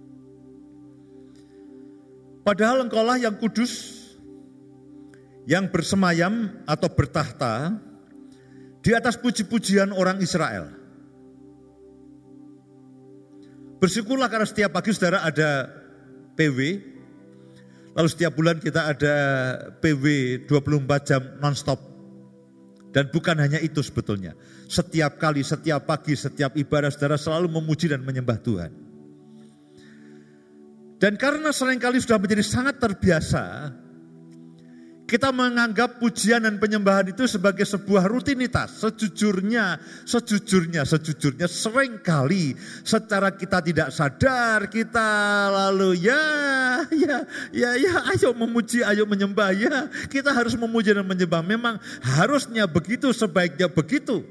Padahal engkaulah yang kudus, yang bersemayam atau bertahta di atas puji-pujian orang Israel. Bersyukurlah karena setiap pagi saudara ada P W, lalu setiap bulan kita ada P W dua puluh empat jam non-stop. Dan bukan hanya itu sebetulnya. Setiap kali, setiap pagi, setiap ibadah saudara selalu memuji dan menyembah Tuhan. Dan karena seringkali sudah menjadi sangat terbiasa, kita menganggap pujian dan penyembahan itu sebagai sebuah rutinitas. Sejujurnya, sejujurnya, sejujurnya seringkali secara kita tidak sadar kita lalu ya, ya, ya, ya, ayo memuji, ayo menyembah. Ya, kita harus memuji dan menyembah. Memang harusnya begitu, sebaiknya begitu.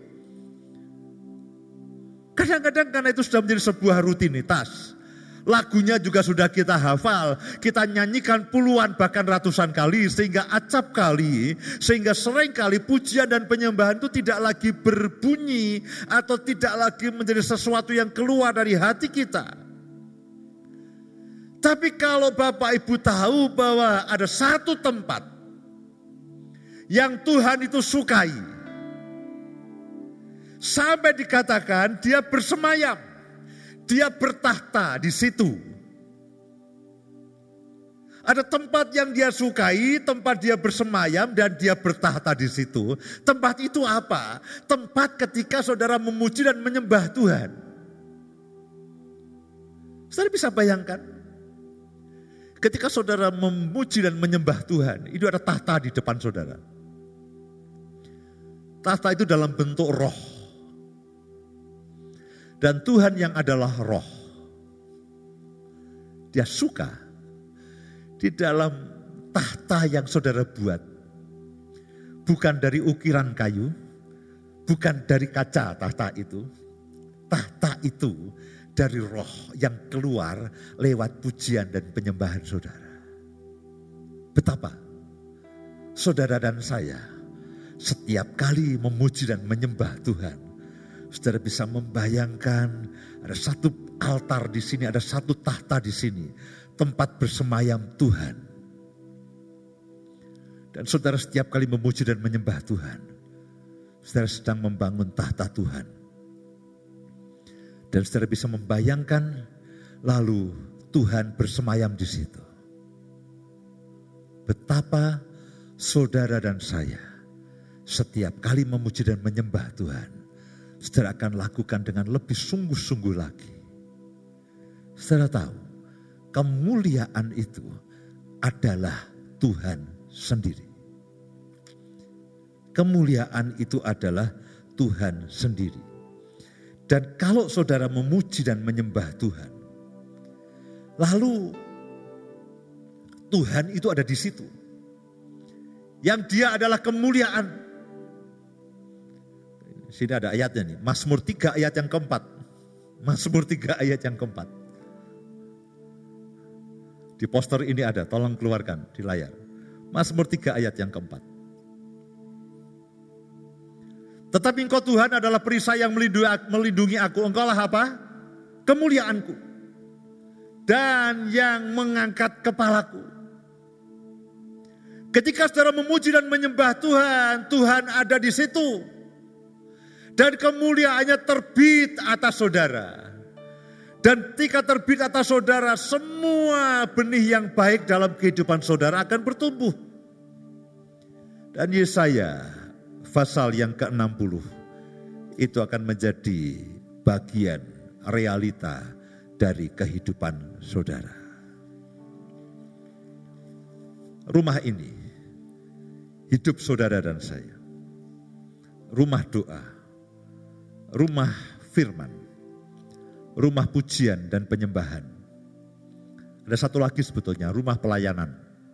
Kadang-kadang karena itu sudah menjadi sebuah rutinitas. Lagunya juga sudah kita hafal, kita nyanyikan puluhan bahkan ratusan kali sehingga acap kali, sehingga sering kali pujian dan penyembahan itu tidak lagi berbunyi atau tidak lagi menjadi sesuatu yang keluar dari hati kita. Tapi kalau Bapak Ibu tahu bahwa ada satu tempat yang Tuhan itu sukai, sampai dikatakan dia bersemayam. Dia bertahta di situ. Ada tempat yang dia sukai, tempat dia bersemayam dan dia bertahta di situ. Tempat itu apa? Tempat ketika saudara memuji dan menyembah Tuhan. Saudara bisa bayangkan? Ketika saudara memuji dan menyembah Tuhan, itu ada tahta di depan saudara. Tahta itu dalam bentuk roh. Dan Tuhan yang adalah roh, dia suka di dalam tahta yang saudara buat. Bukan dari ukiran kayu, bukan dari kaca tahta itu. Tahta itu dari roh yang keluar lewat pujian dan penyembahan saudara. Betapa saudara dan saya setiap kali memuji dan menyembah Tuhan, saudara bisa membayangkan ada satu altar di sini, ada satu tahta di sini, tempat bersemayam Tuhan. Dan saudara setiap kali memuji dan menyembah Tuhan, saudara sedang membangun tahta Tuhan. Dan saudara bisa membayangkan lalu Tuhan bersemayam di situ. Betapa saudara dan saya setiap kali memuji dan menyembah Tuhan, saudara akan lakukan dengan lebih sungguh-sungguh lagi. Saudara tahu, kemuliaan itu adalah Tuhan sendiri. Kemuliaan itu adalah Tuhan sendiri. Dan kalau saudara memuji dan menyembah Tuhan, lalu Tuhan itu ada di situ. Yang dia adalah kemuliaan. Sini ada ayatnya nih, Mazmur tiga ayat yang keempat. Mazmur tiga ayat yang keempat. Di poster ini ada, tolong keluarkan di layar. Mazmur tiga ayat yang keempat. Tetapi engkau Tuhan adalah perisai yang melindungi aku. Engkau lah apa? Kemuliaanku. Dan yang mengangkat kepalaku. Ketika saudara memuji dan menyembah Tuhan, Tuhan ada di situ. Dan kemuliaannya terbit atas saudara. Dan ketika terbit atas saudara, semua benih yang baik dalam kehidupan saudara akan bertumbuh. Dan Yesaya pasal yang ke enam puluh itu akan menjadi bagian realita dari kehidupan saudara. Rumah ini, hidup saudara dan saya. Rumah doa, rumah firman, rumah pujian dan penyembahan. Ada satu lagi sebetulnya, rumah pelayanan.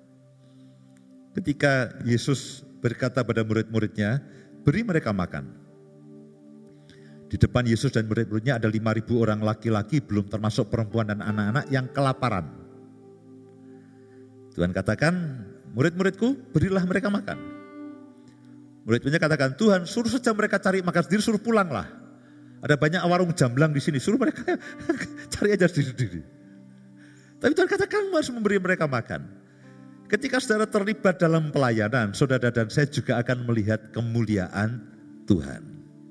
Ketika Yesus berkata pada murid-muridnya, beri mereka makan. Di depan Yesus dan murid-muridnya ada lima ribu orang laki-laki, belum termasuk perempuan dan anak-anak yang kelaparan. Tuhan katakan, murid-muridku berilah mereka makan. Murid-muridnya katakan, Tuhan suruh saja mereka cari makan sendiri, suruh pulanglah. Ada banyak warung jamblang di sini, suruh mereka cari aja sendiri-sendiri. Tapi Tuhan katakan harus memberi mereka makan. Ketika saudara terlibat dalam pelayanan, saudara dan saya juga akan melihat kemuliaan Tuhan.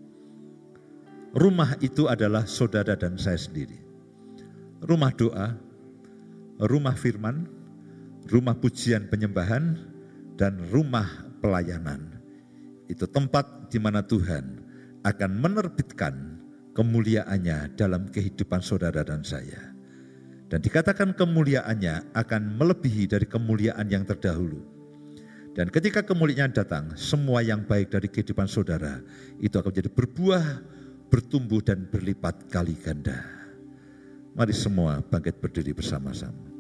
Rumah itu adalah saudara dan saya sendiri. Rumah doa, rumah firman, rumah pujian penyembahan, dan rumah pelayanan. Itu tempat di mana Tuhan akan menerbitkan kemuliaannya dalam kehidupan saudara dan saya. Dan dikatakan kemuliaannya akan melebihi dari kemuliaan yang terdahulu. Dan ketika kemuliaan datang, semua yang baik dari kehidupan saudara itu akan menjadi berbuah, bertumbuh dan berlipat kali ganda. Mari semua bangkit berdiri bersama-sama.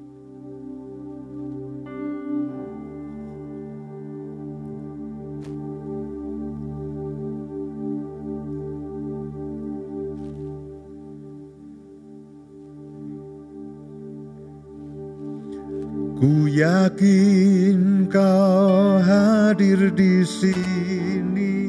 Ku yakin Kau hadir di sini,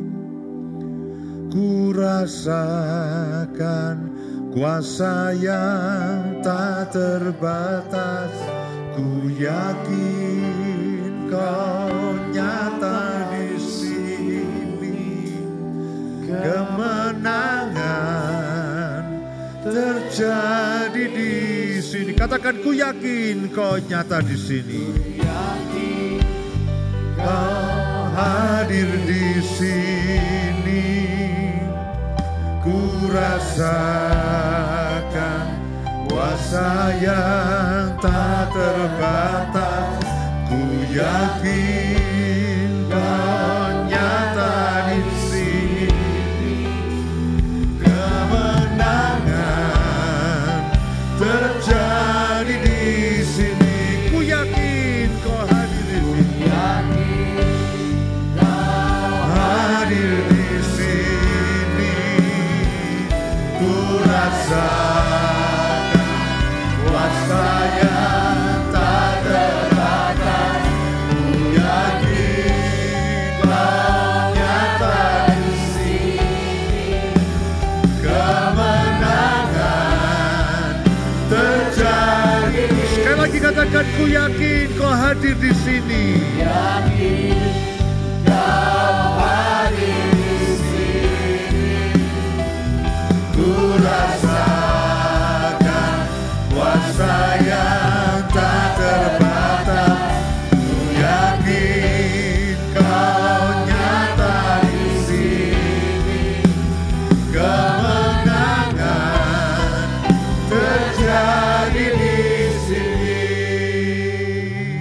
ku rasakan kuasa yang tak terbatas. Ku yakin Kau nyata di sini, kemenangan terjadi di sini. Katakan, ku yakin Kau nyata di sini. Kau hadir di sini, ku rasakan kuasa yang tak terbatas. Ku yakin Kau nyata di sini, kemenangan terjadi di sini. Ku yakin Kau hadir di sini. Hadir di sini, ku rasakan kuasa yang tak terbatas. Ku yakin Kau nyata di sini, kemenangan terjadi. Sekali lagi katakan, ku yakin Kau hadir di sini. Yakin Kau hadir di sini, ku rasakan kuasa yang tak terbatas. Ku yakin Kau nyata di sini, kemenangan terjadi di sini.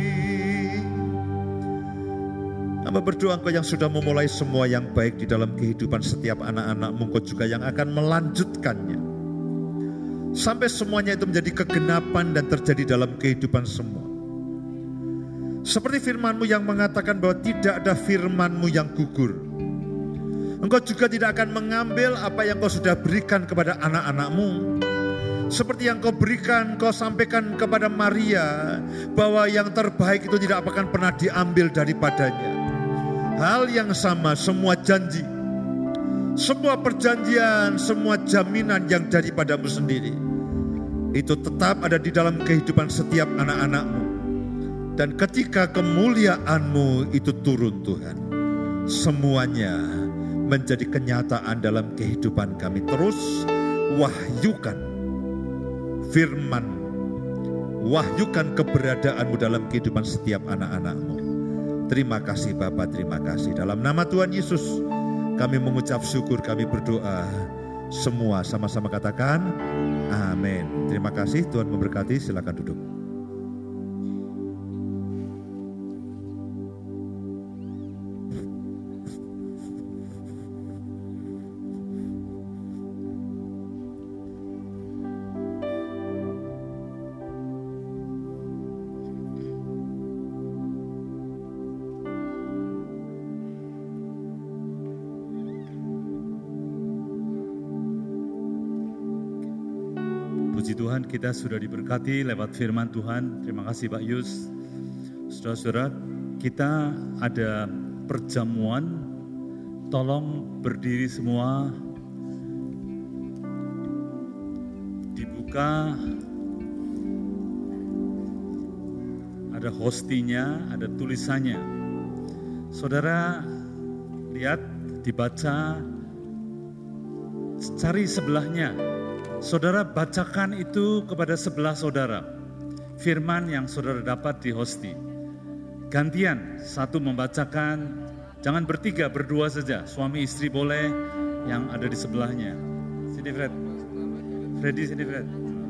Hamba berdoa Engkau yang sudah memulai semua yang baik di dalam kehidupan setiap anak-anak-Mu, Engkau juga yang akan melanjutkannya. Sampai semuanya itu menjadi kegenapan dan terjadi dalam kehidupan semua. Seperti firman-Mu yang mengatakan bahwa tidak ada firman-Mu yang gugur. Engkau juga tidak akan mengambil apa yang Engkau sudah berikan kepada anak-anak-Mu. Seperti yang Kau berikan, Kau sampaikan kepada Maria bahwa yang terbaik itu tidak akan pernah diambil daripadanya. Hal yang sama, semua janji, semua perjanjian, semua jaminan yang daripadamu sendiri, itu tetap ada di dalam kehidupan setiap anak-anak-Mu. Dan ketika kemuliaan-Mu itu turun Tuhan, semuanya menjadi kenyataan dalam kehidupan kami. Terus wahyukan firman, wahyukan keberadaan-Mu dalam kehidupan setiap anak-anak-Mu. Terima kasih Bapa, terima kasih. Dalam nama Tuhan Yesus kami mengucap syukur, kami berdoa. Semua sama-sama katakan amin. Terima kasih, Tuhan memberkati, silakan duduk. Puji Tuhan, kita sudah diberkati lewat firman Tuhan. Terima kasih Pak Yus. Saudara-saudara, kita ada perjamuan. Tolong berdiri semua. Dibuka. Ada hostinya, ada tulisannya. Saudara lihat, dibaca, cari sebelahnya. Saudara bacakan itu kepada sebelah saudara. Firman yang saudara dapat di hosti. Gantian, satu membacakan, jangan bertiga, berdua saja. Suami istri boleh, yang ada di sebelahnya. Sini Fred. Freddy sini Fred.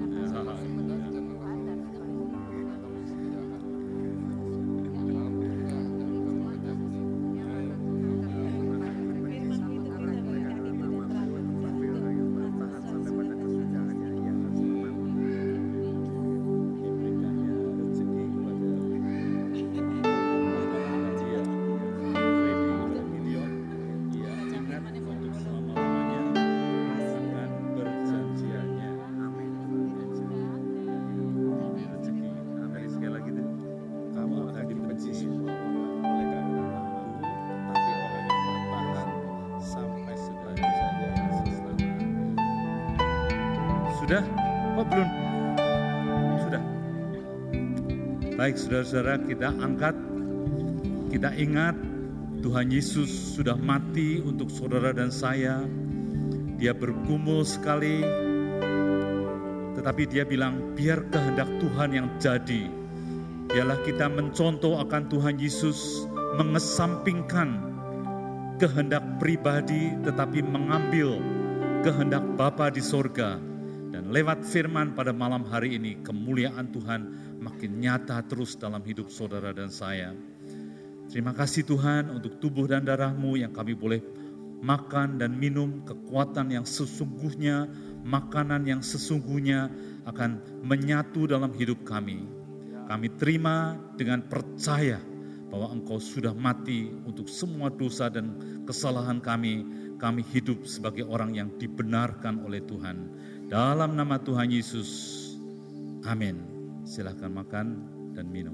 Sudah? Oh belum? Sudah. Baik saudara-saudara, kita angkat, kita ingat Tuhan Yesus sudah mati untuk saudara dan saya. Dia bergumul sekali, tetapi dia bilang biar kehendak Tuhan yang jadi. Biarlah kita mencontoh akan Tuhan Yesus, mengesampingkan kehendak pribadi tetapi mengambil kehendak Bapa di sorga. Dan lewat firman pada malam hari ini, kemuliaan Tuhan makin nyata terus dalam hidup saudara dan saya. Terima kasih Tuhan untuk tubuh dan darah-Mu yang kami boleh makan dan minum, kekuatan yang sesungguhnya, makanan yang sesungguhnya akan menyatu dalam hidup kami. Kami terima dengan percaya bahwa Engkau sudah mati untuk semua dosa dan kesalahan kami. Kami hidup sebagai orang yang dibenarkan oleh Tuhan. Dalam nama Tuhan Yesus, amin. Silakan makan dan minum.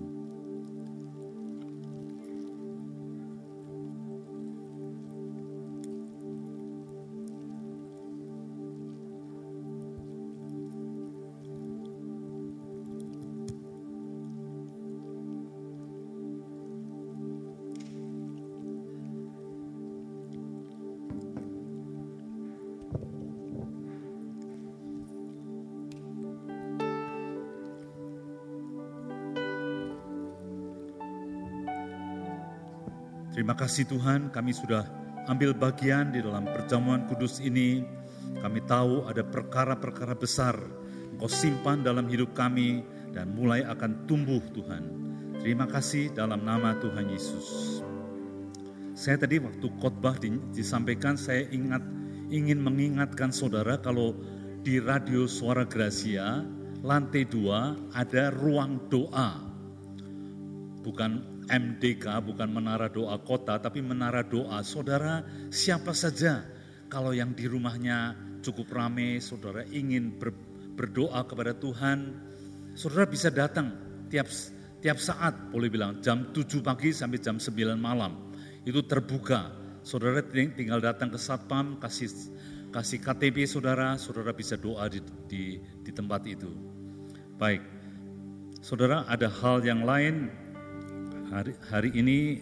Terima kasih Tuhan, kami sudah ambil bagian di dalam perjamuan kudus ini. Kami tahu ada perkara-perkara besar Engkau simpan dalam hidup kami dan mulai akan tumbuh Tuhan. Terima kasih dalam nama Tuhan Yesus. Saya tadi waktu khotbah disampaikan, saya ingat ingin mengingatkan saudara kalau di Radio Suara Gracia lantai dua ada ruang doa. Bukan M D K, bukan Menara Doa Kota, tapi Menara Doa. Saudara, siapa saja kalau yang di rumahnya cukup ramai, saudara ingin ber, berdoa kepada Tuhan, saudara bisa datang tiap tiap saat, boleh bilang jam tujuh pagi sampai jam sembilan malam. Itu terbuka. Saudara tinggal datang ke Satpam, kasih kasih K T P saudara, saudara bisa doa di, di, di tempat itu. Baik, saudara, ada hal yang lain hari, hari ini.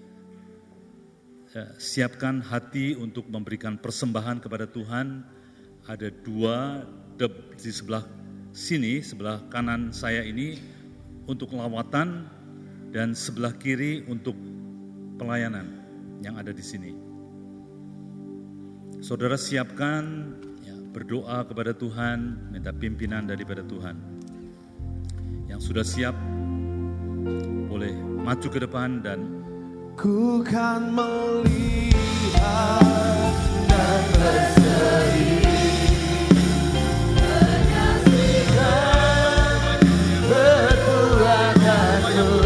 eh, siapkan hati untuk memberikan persembahan kepada Tuhan. Ada dua di sebelah sini, sebelah kanan saya ini untuk lawatan dan sebelah kiri untuk pelayanan yang ada di sini. Saudara siapkan, ya, berdoa kepada Tuhan, minta pimpinan daripada Tuhan. Yang sudah siap boleh maju ke depan dan ku kan melihat dan berseri menyaksikan perbuatanmu.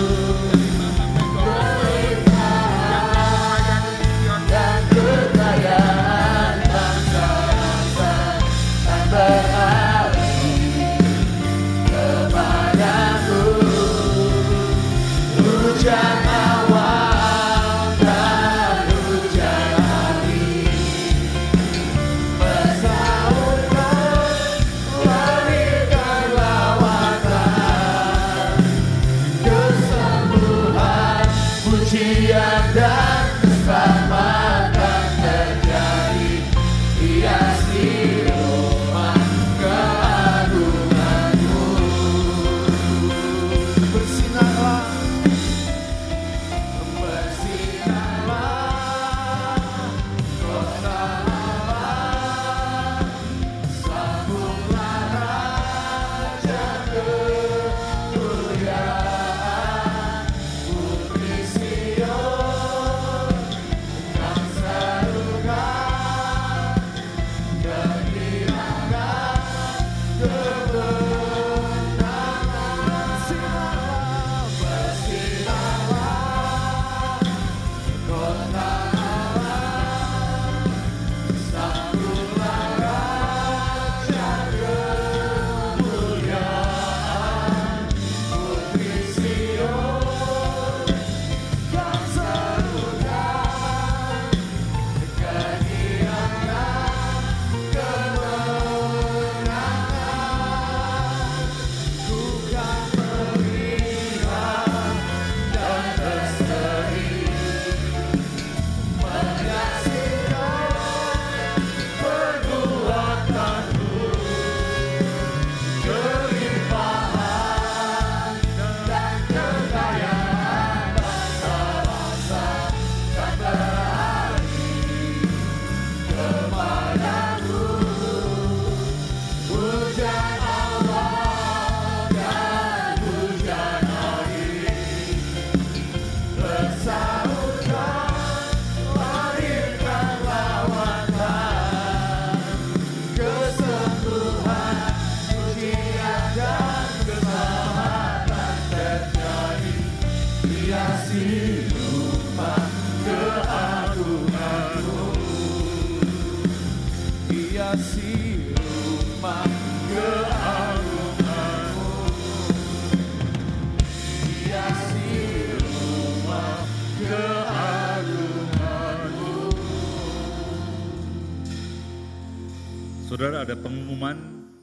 Saudara, ada pengumuman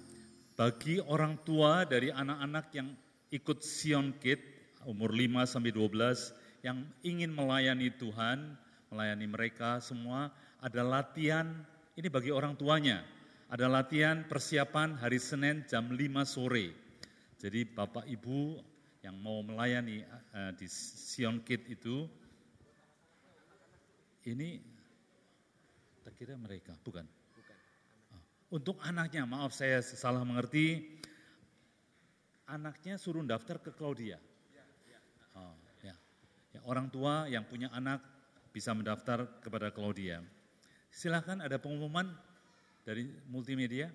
bagi orang tua dari anak-anak yang ikut Sion Kids umur lima sampai dua belas yang ingin melayani Tuhan, melayani mereka semua, ada latihan, ini bagi orang tuanya, ada latihan persiapan hari Senin jam lima sore. Jadi Bapak Ibu yang mau melayani uh, di Sion Kids itu, ini terkira mereka, bukan? Untuk anaknya, maaf saya salah mengerti, anaknya suruh daftar ke Claudia. Oh, ya. Ya, orang tua yang punya anak bisa mendaftar kepada Claudia. Silakan, ada pengumuman dari multimedia.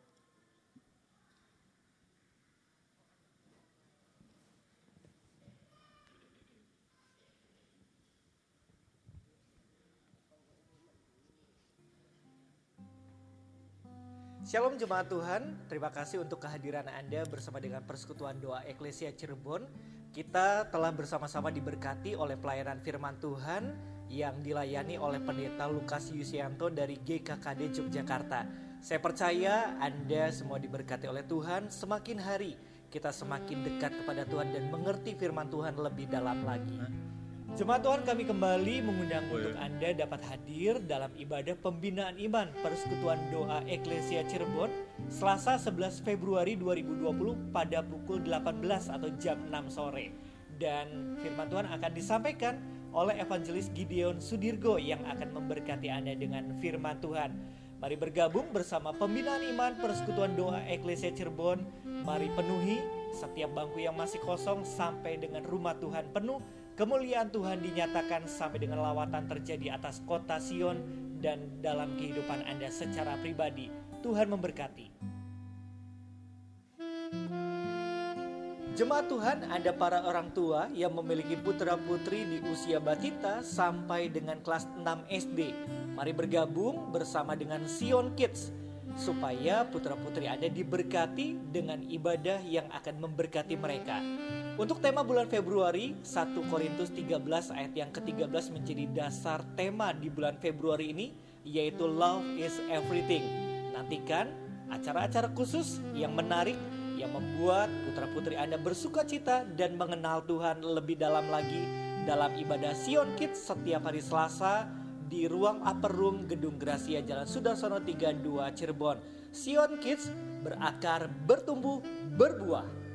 Shalom Jemaat Tuhan, terima kasih untuk kehadiran Anda bersama dengan Persekutuan Doa Eklesia Cirebon. Kita telah bersama-sama diberkati oleh pelayanan firman Tuhan yang dilayani oleh Pendeta Lukas Yusianto dari G K K D Yogyakarta. Saya percaya Anda semua diberkati oleh Tuhan. Semakin hari kita semakin dekat kepada Tuhan dan mengerti firman Tuhan lebih dalam lagi. Jemaat Tuhan, kami kembali mengundang oh, untuk ya. Anda dapat hadir dalam ibadah pembinaan iman Persekutuan Doa Eklesia Cirebon Selasa sebelas Februari dua ribu dua puluh pada pukul delapan belas atau jam enam sore. Dan firman Tuhan akan disampaikan oleh Evangelis Gideon Sudirgo yang akan memberkati Anda dengan firman Tuhan. Mari bergabung bersama pembinaan iman Persekutuan Doa Eklesia Cirebon. Mari penuhi setiap bangku yang masih kosong sampai dengan rumah Tuhan penuh. Kemuliaan Tuhan dinyatakan sampai dengan lawatan terjadi atas kota Sion dan dalam kehidupan Anda secara pribadi. Tuhan memberkati. Jemaat Tuhan, Anda para orang tua yang memiliki putra-putri di usia batita sampai dengan kelas enam S D. Mari bergabung bersama dengan Sion Kids supaya putra-putri Anda diberkati dengan ibadah yang akan memberkati mereka. Untuk tema bulan Februari, satu Korintus tiga belas ayat yang ke tiga belas menjadi dasar tema di bulan Februari ini, yaitu Love is Everything. Nantikan acara-acara khusus yang menarik, yang membuat putra-putri Anda bersuka cita dan mengenal Tuhan lebih dalam lagi dalam ibadah Sion Kids setiap hari Selasa di ruang Upper Room Gedung Gracia Jalan Sudarsono tiga puluh dua Cirebon. Sion Kids berakar, bertumbuh, berbuah.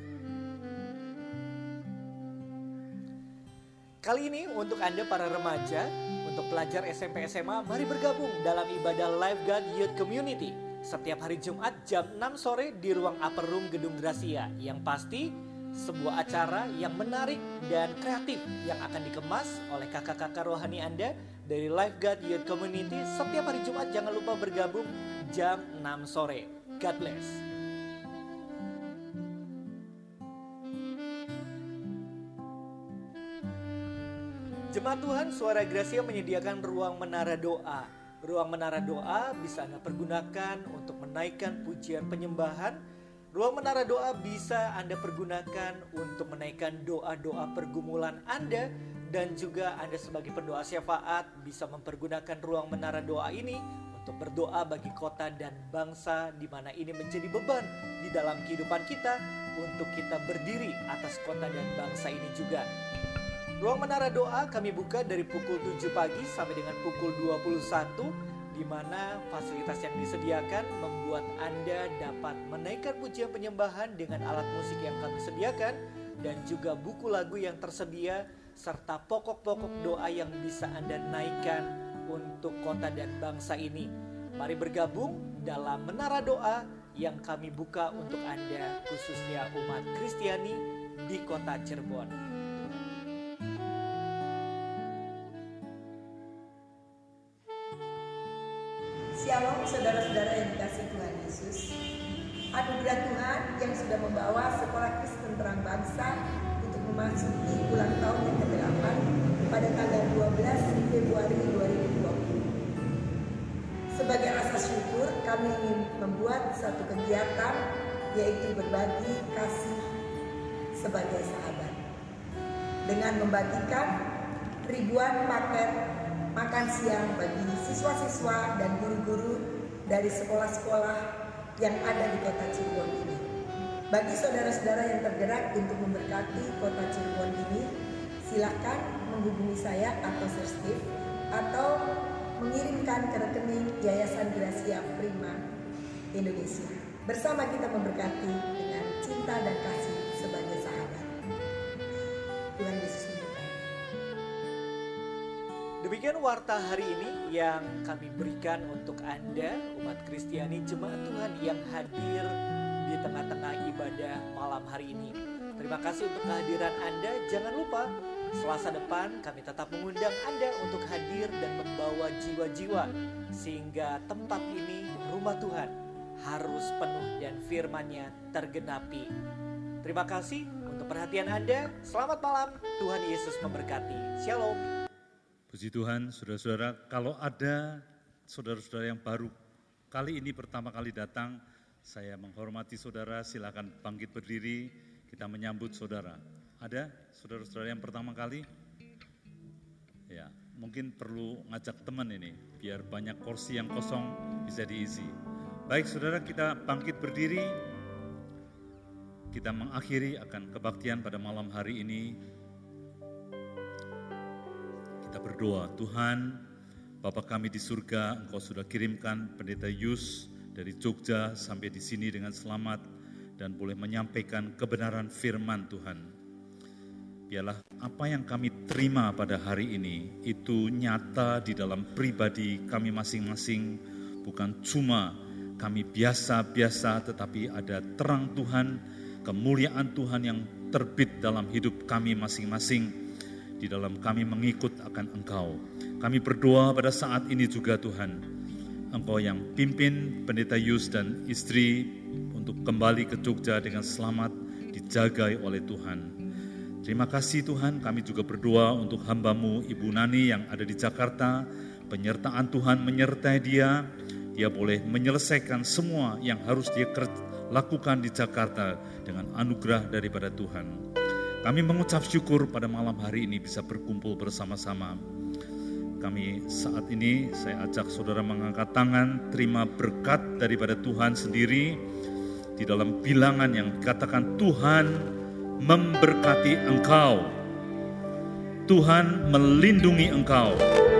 Kali ini untuk Anda para remaja, untuk pelajar S M P S M A, mari bergabung dalam ibadah Lifeguard Youth Community setiap hari Jumat jam enam sore di ruang Upper Room Gedung Gracia. Yang pasti sebuah acara yang menarik dan kreatif yang akan dikemas oleh kakak-kakak rohani Anda dari Lifeguard Youth Community. Setiap hari Jumat jangan lupa bergabung jam enam sore. God bless. Jemaat Tuhan, Suara Gracia menyediakan ruang menara doa. Ruang menara doa bisa Anda pergunakan untuk menaikkan pujian penyembahan. Ruang menara doa bisa Anda pergunakan untuk menaikkan doa-doa pergumulan Anda. Dan juga Anda sebagai pendoa syafaat bisa mempergunakan ruang menara doa ini untuk berdoa bagi kota dan bangsa di mana ini menjadi beban di dalam kehidupan kita untuk kita berdiri atas kota dan bangsa ini juga. Ruang menara doa kami buka dari pukul tujuh pagi sampai dengan pukul dua puluh satu, di mana fasilitas yang disediakan membuat Anda dapat menaikkan pujian penyembahan dengan alat musik yang kami sediakan dan juga buku lagu yang tersedia serta pokok-pokok doa yang bisa Anda naikkan untuk kota dan bangsa ini. Mari bergabung dalam menara doa yang kami buka untuk Anda khususnya umat Kristiani di kota Cirebon. Shalom saudara-saudara yang dikasihi Tuhan Yesus. Anugerah Tuhan yang sudah membawa Sekolah Kristen Terang Bangsa untuk memasuki ulang tahun yang kedelapan pada tanggal dua belas Februari dua ribu dua puluh. Sebagai rasa syukur kami ingin membuat satu kegiatan, yaitu berbagi kasih sebagai sahabat dengan membagikan ribuan paket makan siang bagi siswa-siswa dan guru-guru dari sekolah-sekolah yang ada di kota Cirebon ini. Bagi saudara-saudara yang tergerak untuk memberkati kota Cirebon ini, silakan menghubungi saya atau Sir Steve atau mengirimkan ke rekening Yayasan Gracia Prima Indonesia. Bersama kita memberkati dengan cinta dan kasih sebagai sahabat. Tuhan Yesus memberkati. Demikian warta hari ini yang kami berikan untuk Anda, umat Kristiani, jemaat Tuhan yang hadir di tengah-tengah ibadah malam hari ini. Terima kasih untuk kehadiran Anda. Jangan lupa Selasa depan kami tetap mengundang Anda untuk hadir dan membawa jiwa-jiwa sehingga tempat ini, rumah Tuhan, harus penuh dan firman-Nya tergenapi. Terima kasih untuk perhatian Anda. Selamat malam, Tuhan Yesus memberkati. Shalom. Puji Tuhan, saudara-saudara, kalau ada saudara-saudara yang baru kali ini pertama kali datang, saya menghormati saudara, silakan bangkit berdiri, kita menyambut saudara. Ada saudara-saudara yang pertama kali? Ya, mungkin perlu ngajak teman ini, biar banyak kursi yang kosong bisa diisi. Baik saudara, kita bangkit berdiri, kita mengakhiri akan kebaktian pada malam hari ini. Kita berdoa, Tuhan, Bapa kami di surga, Engkau sudah kirimkan Pendeta Yus dari Jogja sampai di sini dengan selamat dan boleh menyampaikan kebenaran firman Tuhan. Biarlah apa yang kami terima pada hari ini itu nyata di dalam pribadi kami masing-masing, bukan cuma kami biasa-biasa tetapi ada terang Tuhan, kemuliaan Tuhan yang terbit dalam hidup kami masing-masing. Di dalam kami mengikut akan Engkau. Kami berdoa pada saat ini juga Tuhan, Engkau yang pimpin Pendeta Yus dan istri untuk kembali ke Jogja dengan selamat, dijagai oleh Tuhan. Terima kasih Tuhan, kami juga berdoa untuk hamba-Mu Ibu Nani yang ada di Jakarta, penyertaan Tuhan menyertai dia, dia boleh menyelesaikan semua yang harus dia lakukan di Jakarta dengan anugerah daripada Tuhan. Kami mengucap syukur pada malam hari ini bisa berkumpul bersama-sama. Kami saat ini, saya ajak saudara mengangkat tangan, terima berkat daripada Tuhan sendiri. Di dalam bilangan yang dikatakan Tuhan memberkati engkau. Tuhan melindungi engkau.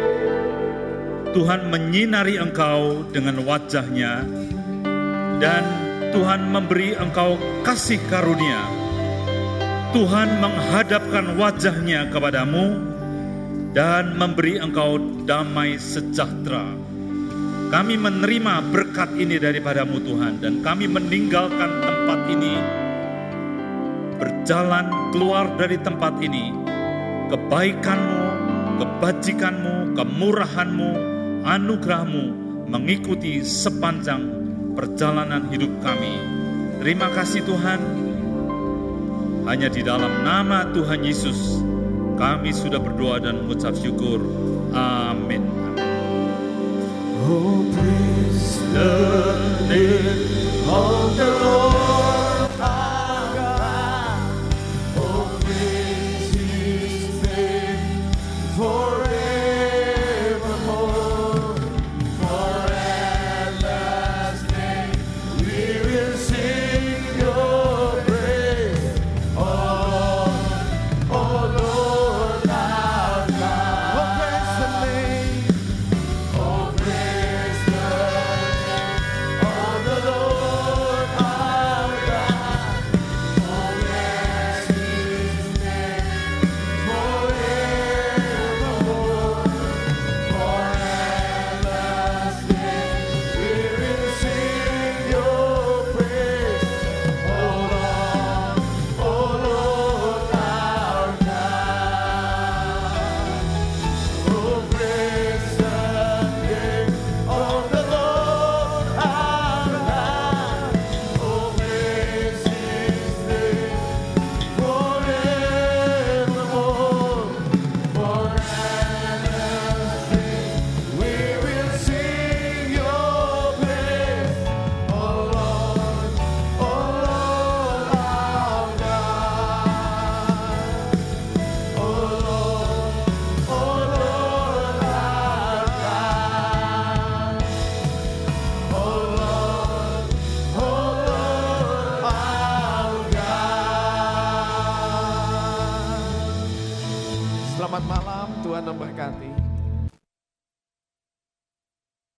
Tuhan menyinari engkau dengan wajahnya. Dan Tuhan memberi engkau kasih karunia. Tuhan menghadapkan wajahnya kepadamu dan memberi engkau damai sejahtera. Kami menerima berkat ini daripadamu Tuhan, dan kami meninggalkan tempat ini, berjalan keluar dari tempat ini, kebaikan-Mu, kebajikan-Mu, kemurahan-Mu, anugerah-Mu mengikuti sepanjang perjalanan hidup kami. Terima kasih Tuhan. Hanya di dalam nama Tuhan Yesus kami sudah berdoa dan mengucap syukur. Amin. Oh, praise the name of the Lord our God. Oh, praise His name forevermore. For at last day we will sing your praise. Oh, oh Lord our God. Oh, praise the name. Oh, praise the name of the Lord our God. Oh, bless His name forevermore. For at last day we will sing your praise. Oh Lord, oh Lord our God. Oh, praise the name of the Lord our God. Oh, praise His name forevermore. For at last day we will sing your praise. Oh Lord, oh Lord our God. Oh Lord, oh Lord our God. Oh Lord, oh Lord our God. Selamat malam, Tuhan memberkati.